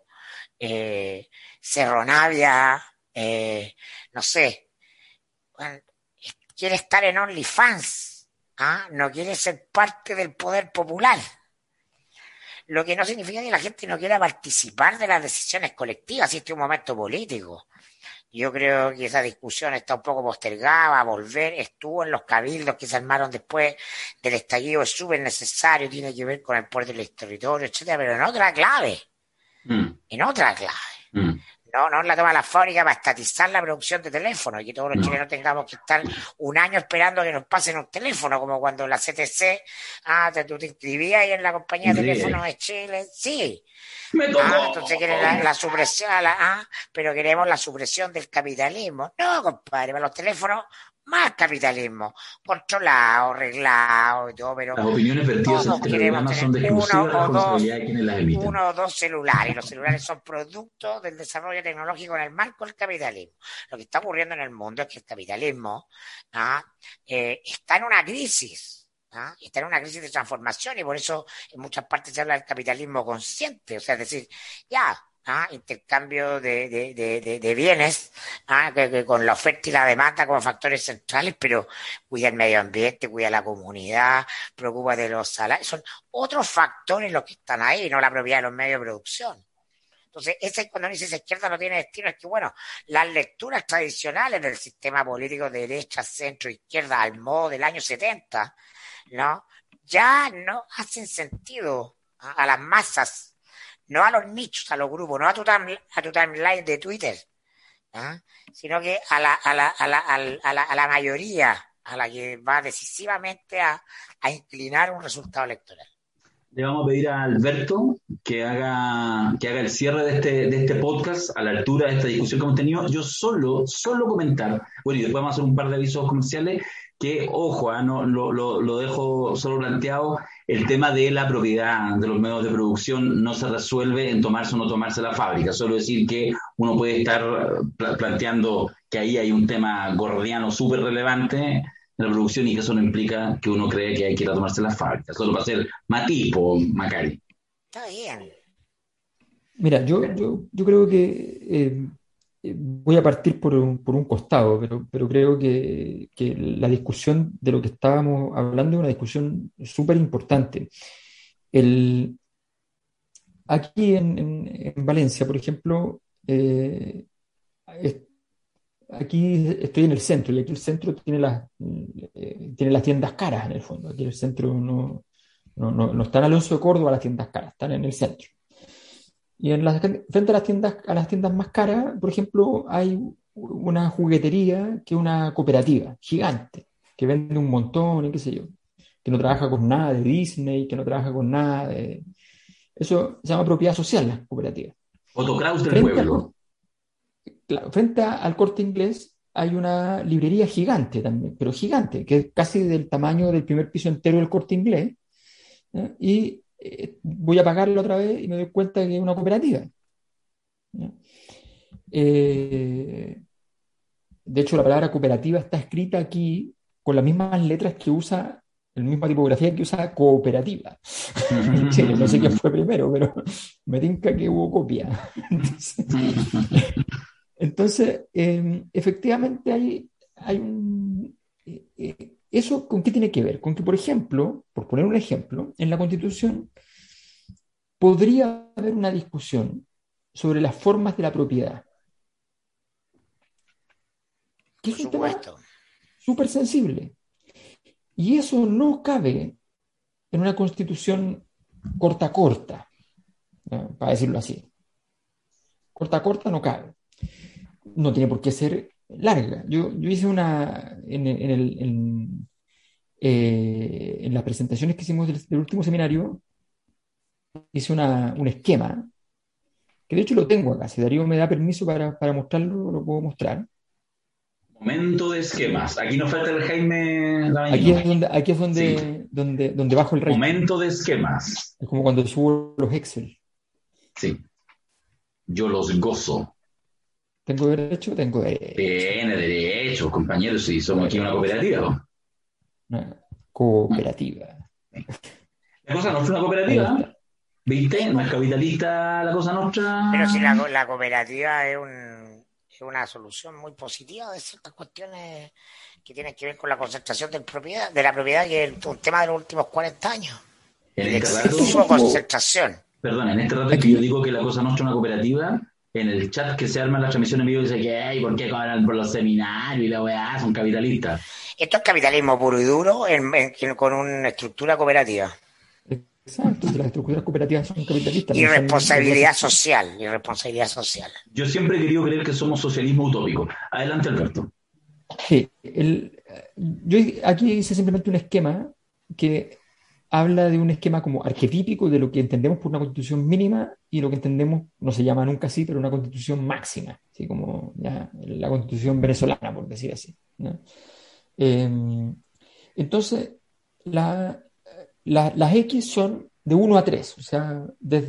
Cerro Navia, no sé, bueno, quiere estar en OnlyFans. No quiere ser parte del poder popular. Lo que no significa que la gente no quiera participar de las decisiones colectivas, si este es un momento político. Yo creo que esa discusión está un poco postergada, va a volver, estuvo en los cabildos que se armaron después del estallido, es súper necesario, tiene que ver con el poder del territorio, etcétera, pero en otra clave. En otra clave. No la toma la fábrica para estatizar la producción de teléfonos y que todos los chilenos tengamos que estar un año esperando que nos pasen un teléfono, como cuando la CTC, tú te inscribías ahí en la compañía de teléfonos de Chile, sí. Me tocó. Entonces quieren la supresión, pero queremos la supresión del capitalismo. No, compadre, para los teléfonos más capitalismo, controlado, reglado y todo, pero las opiniones vertidas en este programa son de exclusiva responsabilidad de quienes las emiten. 1 o 2 celulares. Los celulares son producto del desarrollo tecnológico en el marco del capitalismo. Lo que está ocurriendo en el mundo es que el capitalismo está en una crisis. Está en una crisis de transformación y por eso en muchas partes se habla del capitalismo consciente, o sea, es decir, intercambio de bienes, que con la oferta y la demanda como factores centrales, pero cuida el medio ambiente, cuida la comunidad, preocupa de los salarios, son otros factores los que están ahí, no la propiedad de los medios de producción. Entonces, cuando uno dice esa izquierda no tiene destino, es que, bueno, las lecturas tradicionales del sistema político de derecha, centro, izquierda, al modo del año 70, ¿no? Ya no hacen sentido a las masas, no a los nichos, a los grupos, no a tu timeline de Twitter, sino que a la mayoría, a la que va decisivamente a inclinar un resultado electoral. Le vamos a pedir a Alberto que haga el cierre de este podcast a la altura de esta discusión que hemos tenido. Yo solo comentar, bueno, y después vamos a hacer un par de avisos comerciales que, ojo, no lo dejo solo planteado, el tema de la propiedad de los medios de producción no se resuelve en tomarse o no tomarse la fábrica, solo decir que uno puede estar planteando que ahí hay un tema gordiano súper relevante, en la producción y que eso no implica que uno cree que hay que ir a tomarse las fábricas, solo para ser matipo, Macari. Está bien. Mira, yo creo que voy a partir por un costado, pero creo que la discusión de lo que estábamos hablando es una discusión súper importante. El, Aquí en Valencia, por ejemplo, es- aquí estoy en el centro y aquí el centro tiene las tiendas caras en el fondo. Aquí el centro no está en Alonso de Córdoba las tiendas caras, están en el centro. Y frente a las tiendas más caras, por ejemplo, hay una juguetería que es una cooperativa gigante, que vende un montón y qué sé yo, que no trabaja con nada de Disney, que no trabaja con nada de... Eso se llama propiedad social, la cooperativa. Otto Kraus del Frente al, pueblo. claro, al Corte Inglés hay una librería gigante también, pero gigante, que es casi del tamaño del primer piso entero del Corte Inglés, ¿ya? Y voy a pagarlo otra vez y me doy cuenta que es una cooperativa, ¿ya? Eh, de hecho, la palabra cooperativa está escrita aquí con las mismas letras que usa, la misma tipografía que usa cooperativa en Chile. No sé quién fue primero, pero me tinca que hubo copia. Efectivamente, hay un... ¿Eso con qué tiene que ver? Con que, por ejemplo, por poner un ejemplo, en la Constitución podría haber una discusión sobre las formas de la propiedad, que Por es un tema supuesto. súper sensible. Y eso no cabe en una Constitución corta, ¿no? Para decirlo así. Corta no cabe. No tiene por qué ser larga. Yo hice una, en las presentaciones que hicimos del último seminario, hice un esquema, que de hecho lo tengo acá. Si Darío me da permiso para mostrarlo, lo puedo mostrar. Momento de esquemas. Aquí nos falta el Jaime Aquí Labañino. es Sí. donde bajo el rating. Momento de esquemas. Es como cuando subo los Excel. Sí. Yo los gozo. ¿Tengo derecho? Tengo derecho. Tiene derecho, compañeros, si Tengo somos aquí una derecho. cooperativa. Una cooperativa. La cosa no es una Ahí cooperativa. está. ¿Viste? Más capitalista la cosa Pero si nuestra. la cooperativa es una solución muy positiva de ciertas cuestiones que tienen que ver con la concentración de la propiedad, que es un tema de los últimos 40 años. En Y de este Estos rato, son excesiva como... concentración. perdón, en este rato en que yo Aquí, digo que la cosa nuestra es una cooperativa, en el chat que se arma la transmisión en vivo dice que, ay, ¿por qué cobran por los seminarios y la weá? Son capitalistas. Esto es capitalismo puro y duro con una estructura cooperativa. exacto, si las estructuras cooperativas son capitalistas, Y no son de clase... responsabilidad social. Y responsabilidad social. Yo siempre he querido creer que somos socialismo utópico. Adelante, Alberto. Sí, yo aquí hice simplemente un esquema que habla de un esquema como arquetípico de lo que entendemos por una constitución mínima y lo que entendemos, no se llama nunca así, pero una constitución máxima, así como ya, la constitución venezolana, por decir así, ¿no? Eh, entonces, la- las X son de 1 a 3, o sea,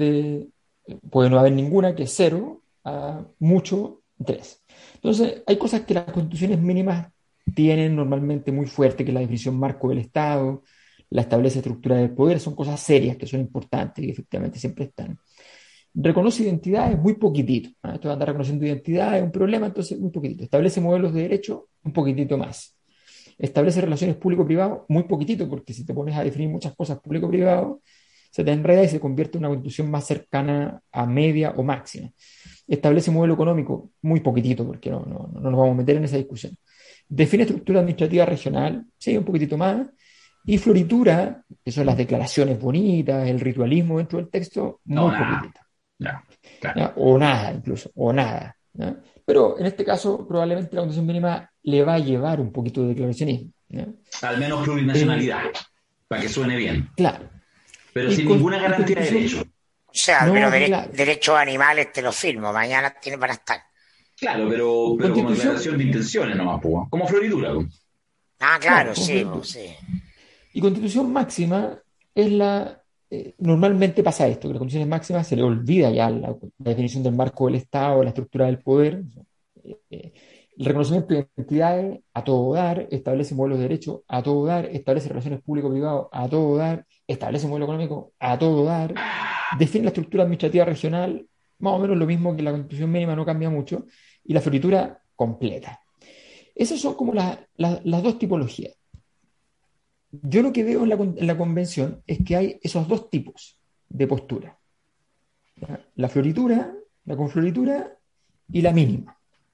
puede no haber ninguna, que es 0, a mucho, 3. Entonces, hay cosas que las constituciones mínimas tienen normalmente muy fuerte, que es la definición marco del Estado, la establece estructura del poder, son cosas serias que son importantes y efectivamente siempre están. Reconoce identidades muy poquitito, ¿ah? Esto de andar reconociendo identidad es un problema, entonces muy poquitito. Establece modelos de derecho un poquitito más. Establece relaciones público-privado muy poquitito, porque si te pones a definir muchas cosas público-privado, se te enreda y se convierte en una constitución más cercana a media o máxima. Establece modelo económico muy poquitito, porque no nos vamos a meter en esa discusión. Define estructura administrativa regional, sí, un poquitito más. Y floritura, que son las declaraciones bonitas, el ritualismo dentro del texto, No, muy nada. poquitito. Ya, claro. ¿Ya? O nada, incluso, o nada. ¿Ya? Pero en este caso, probablemente la condición mínima le va a llevar un poquito de declaracionismo. ¿Ya? Al menos Eh, plurinacionalidad, para que suene bien. claro. Pero Y, sin ninguna y garantía de derecho. constitución, O sea, pero no, claro. derechos animales te los firmo. Mañana tienen para estar. Claro, pero como Constitución, declaración de intenciones nomás, pues. Como floritura, pues. Ah, claro, claro, como sí, floritura. sí. Y constitución máxima es normalmente pasa esto, que las condiciones máximas se le olvida ya la definición del marco del Estado, la estructura del poder, eh, el reconocimiento de identidades a todo dar, establece modelos de derecho a todo dar, establece relaciones público-privado a todo dar, establece modelo económico a todo dar, define la estructura administrativa regional, más o menos lo mismo que la Constitución mínima, no cambia mucho, y la floritura completa. Esas son como las dos tipologías. Yo lo que veo en la convención es que hay esos dos tipos de postura. ¿Ya? La floritura, la confloritura y la mínima.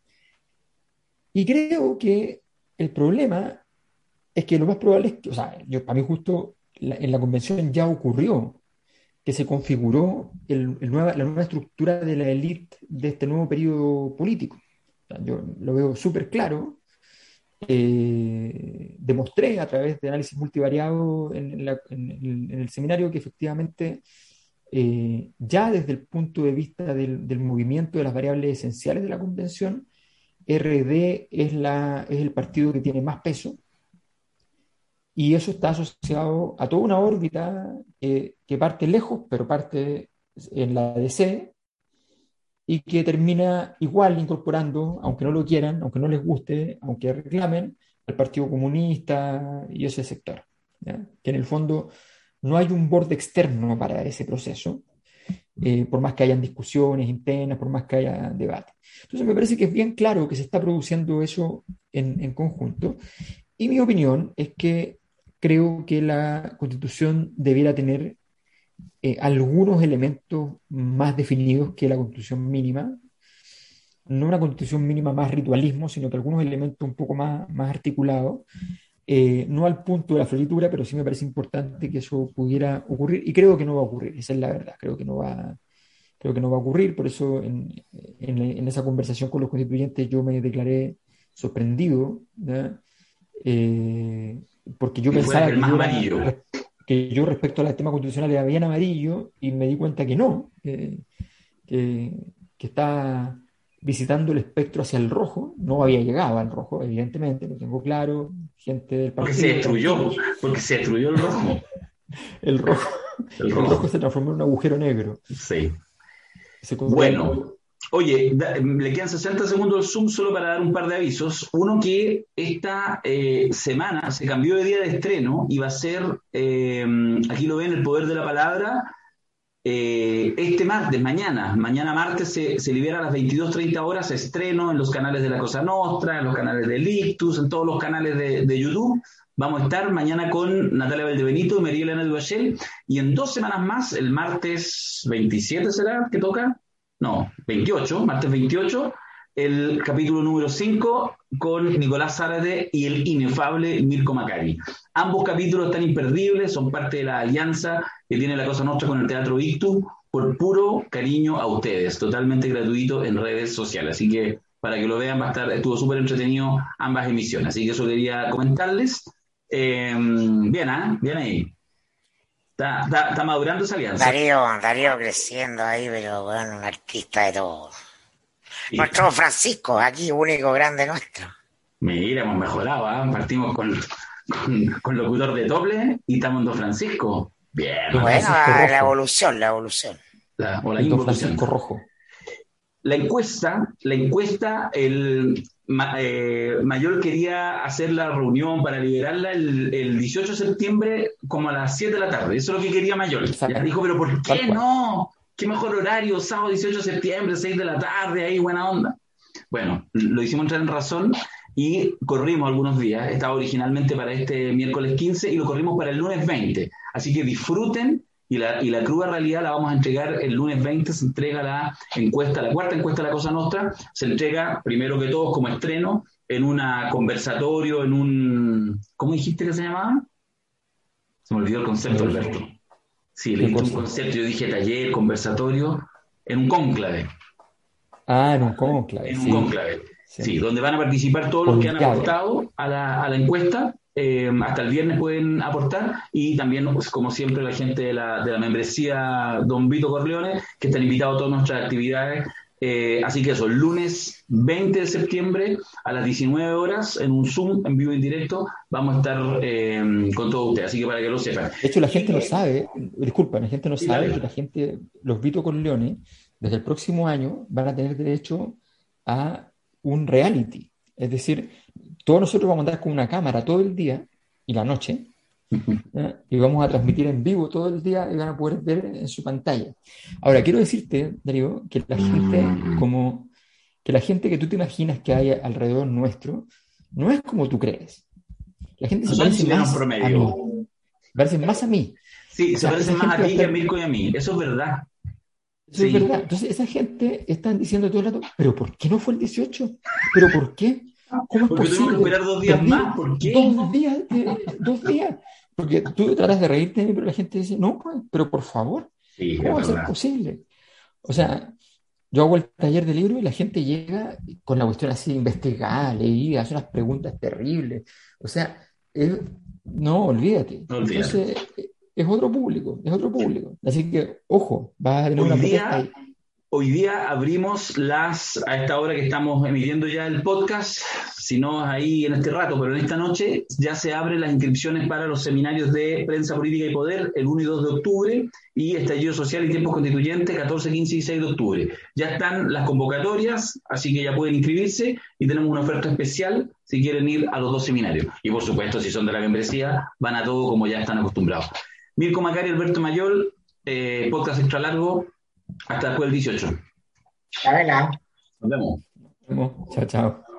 Y creo que el problema es que lo más probable es que, o sea, para mí justo en la convención ya ocurrió que se configuró la nueva estructura de la élite de este nuevo periodo político. O sea, yo lo veo súper claro. Demostré a través de análisis multivariado en el seminario que efectivamente ya desde el punto de vista del movimiento de las variables esenciales de la convención, RD es el partido que tiene más peso, y eso está asociado a toda una órbita que parte lejos, pero parte en la DC, y que termina igual incorporando, aunque no lo quieran, aunque no les guste, aunque reclamen, al Partido Comunista y ese sector, ¿ya? Que en el fondo no hay un borde externo para ese proceso, por más que hayan discusiones internas, por más que haya debate. Entonces me parece que es bien claro que se está produciendo eso en conjunto, y mi opinión es que creo que la Constitución debiera tener algunos elementos más definidos que la Constitución mínima, no una Constitución mínima más ritualismo, sino que algunos elementos un poco más articulados, no al punto de la floritura, pero sí me parece importante que eso pudiera ocurrir, y creo que no va a ocurrir, esa es la verdad, creo que no va a ocurrir. Por eso en esa conversación con los constituyentes yo me declaré sorprendido, ¿ya? Porque yo Que fuera pensaba el más amarillo. que yo respecto al tema constitucional era bien amarillo, y me di cuenta que no, que está visitando el espectro hacia el rojo. No había llegado al rojo, evidentemente, lo tengo claro, gente del Porque partido. se destruyó el rojo. El rojo, El el rojo. rojo se transformó en un agujero negro. Sí. Se Bueno, oye, le quedan 60 segundos del Zoom solo para dar un par de avisos. Uno, que esta semana se cambió de día de estreno y va a ser, aquí lo ven, El Poder de la Palabra, este martes, mañana martes se libera a las 22:30 horas, estreno en los canales de La Cosa Nostra, en los canales de Lictus, en todos los canales de YouTube. Vamos a estar mañana con Natalia Valdebenito y María Elena Duachel, y en 2 semanas más, el martes 27 será que toca, no, 28, martes 28, el capítulo número 5 con Nicolás Zárate y el inefable Mirko Macari. Ambos capítulos están imperdibles, son parte de la alianza que tiene La Cosa Nostra con el Teatro Ictus, por puro cariño a ustedes, totalmente gratuito en redes sociales. Así que para que lo vean, estuvo súper entretenido ambas emisiones. Así que eso quería comentarles. Bien ahí. Está madurando esa alianza. Darío creciendo ahí, pero bueno, un artista de todo. Sí. Nuestro Francisco, aquí, único grande nuestro. Mira, hemos mejorado, ¿eh? Partimos con locutor de doble y estamos en Don Francisco. Bien. Bueno, la evolución. O la involución. Francisco Rojo. La encuesta, Mayol quería hacer la reunión para liberarla el 18 de septiembre como a las 7 de la tarde. Eso es lo que quería Mayol. Ya dijo, pero ¿por qué no? ¿Qué mejor horario? Sábado 18 de septiembre, 6 de la tarde, ahí buena onda. Bueno, lo hicimos entrar en razón y corrimos algunos días. Estaba originalmente para este miércoles 15 y lo corrimos para el lunes 20. Así que disfruten. Y la cruda realidad la vamos a entregar el lunes 20, se entrega la cuarta encuesta de La Cosa Nostra, se entrega primero que todo como estreno en un conversatorio, ¿cómo dijiste que se llamaba? Se me olvidó el concepto, Alberto. Sí, le dije un concepto, yo dije taller, conversatorio, en un cónclave. En un cónclave. En un cónclave, sí, donde van a participar todos los que han aportado a la encuesta. Hasta el viernes pueden aportar, y también, pues, como siempre, la gente de la membresía Don Vito Corleone, que están invitados a todas nuestras actividades. Así que eso, el lunes 20 de septiembre a las 19 horas en un Zoom en vivo y en directo vamos a estar con todos ustedes, así que para que lo sepan. De hecho, la gente no sabe, disculpa, la gente no sabe que los Vito Corleone, desde el próximo año van a tener derecho a un reality Es decir, todos nosotros vamos a andar con una cámara todo el día y la noche, ¿ya? Y vamos a transmitir en vivo todo el día y van a poder ver en su pantalla. Ahora, quiero decirte, Darío, que la gente que tú te imaginas que hay alrededor nuestro no es como tú crees. La gente No se son parece chilenos más a promedio. mí. Se parece más a mí. Sí, O se sea, parecen esa más gente a va a ti que a estar. Mirko y a mí. Eso es verdad. Eso es Sí. verdad. Entonces, esa gente están diciendo todo el rato, ¿pero por qué no fue el 18? ¿Pero por qué? ¿Cómo es Porque tuvimos que posible? esperar 2 días Perdí más. ¿Por qué? 2 días, 2 días. Porque tú tratas de reírte de mí, pero la gente dice, no, pues, pero por favor, Sí, ¿cómo es va a ser verdad. posible? O sea, yo hago el taller de libro y la gente llega con la cuestión así investigada, leída, hace unas preguntas terribles. O sea, no, olvídate. No olvídate. Entonces, es otro público, es otro público. Así que, ojo, vas a tener Hoy una protesta día ahí. Hoy día abrimos a esta hora que estamos emitiendo ya el podcast, si no es ahí en este rato, pero en esta noche ya se abren las inscripciones para los seminarios de Prensa Política y Poder el 1 y 2 de octubre y Estallido Social y Tiempos Constituyentes 14, 15 y 6 de octubre. Ya están las convocatorias, así que ya pueden inscribirse y tenemos una oferta especial si quieren ir a los 2 seminarios. Y por supuesto, si son de la membresía, van a todo como ya están acostumbrados. Mirko Macari, Alberto Mayol, podcast extra largo. Hasta después del 18. La verdad. Nos vemos. Chao, chao.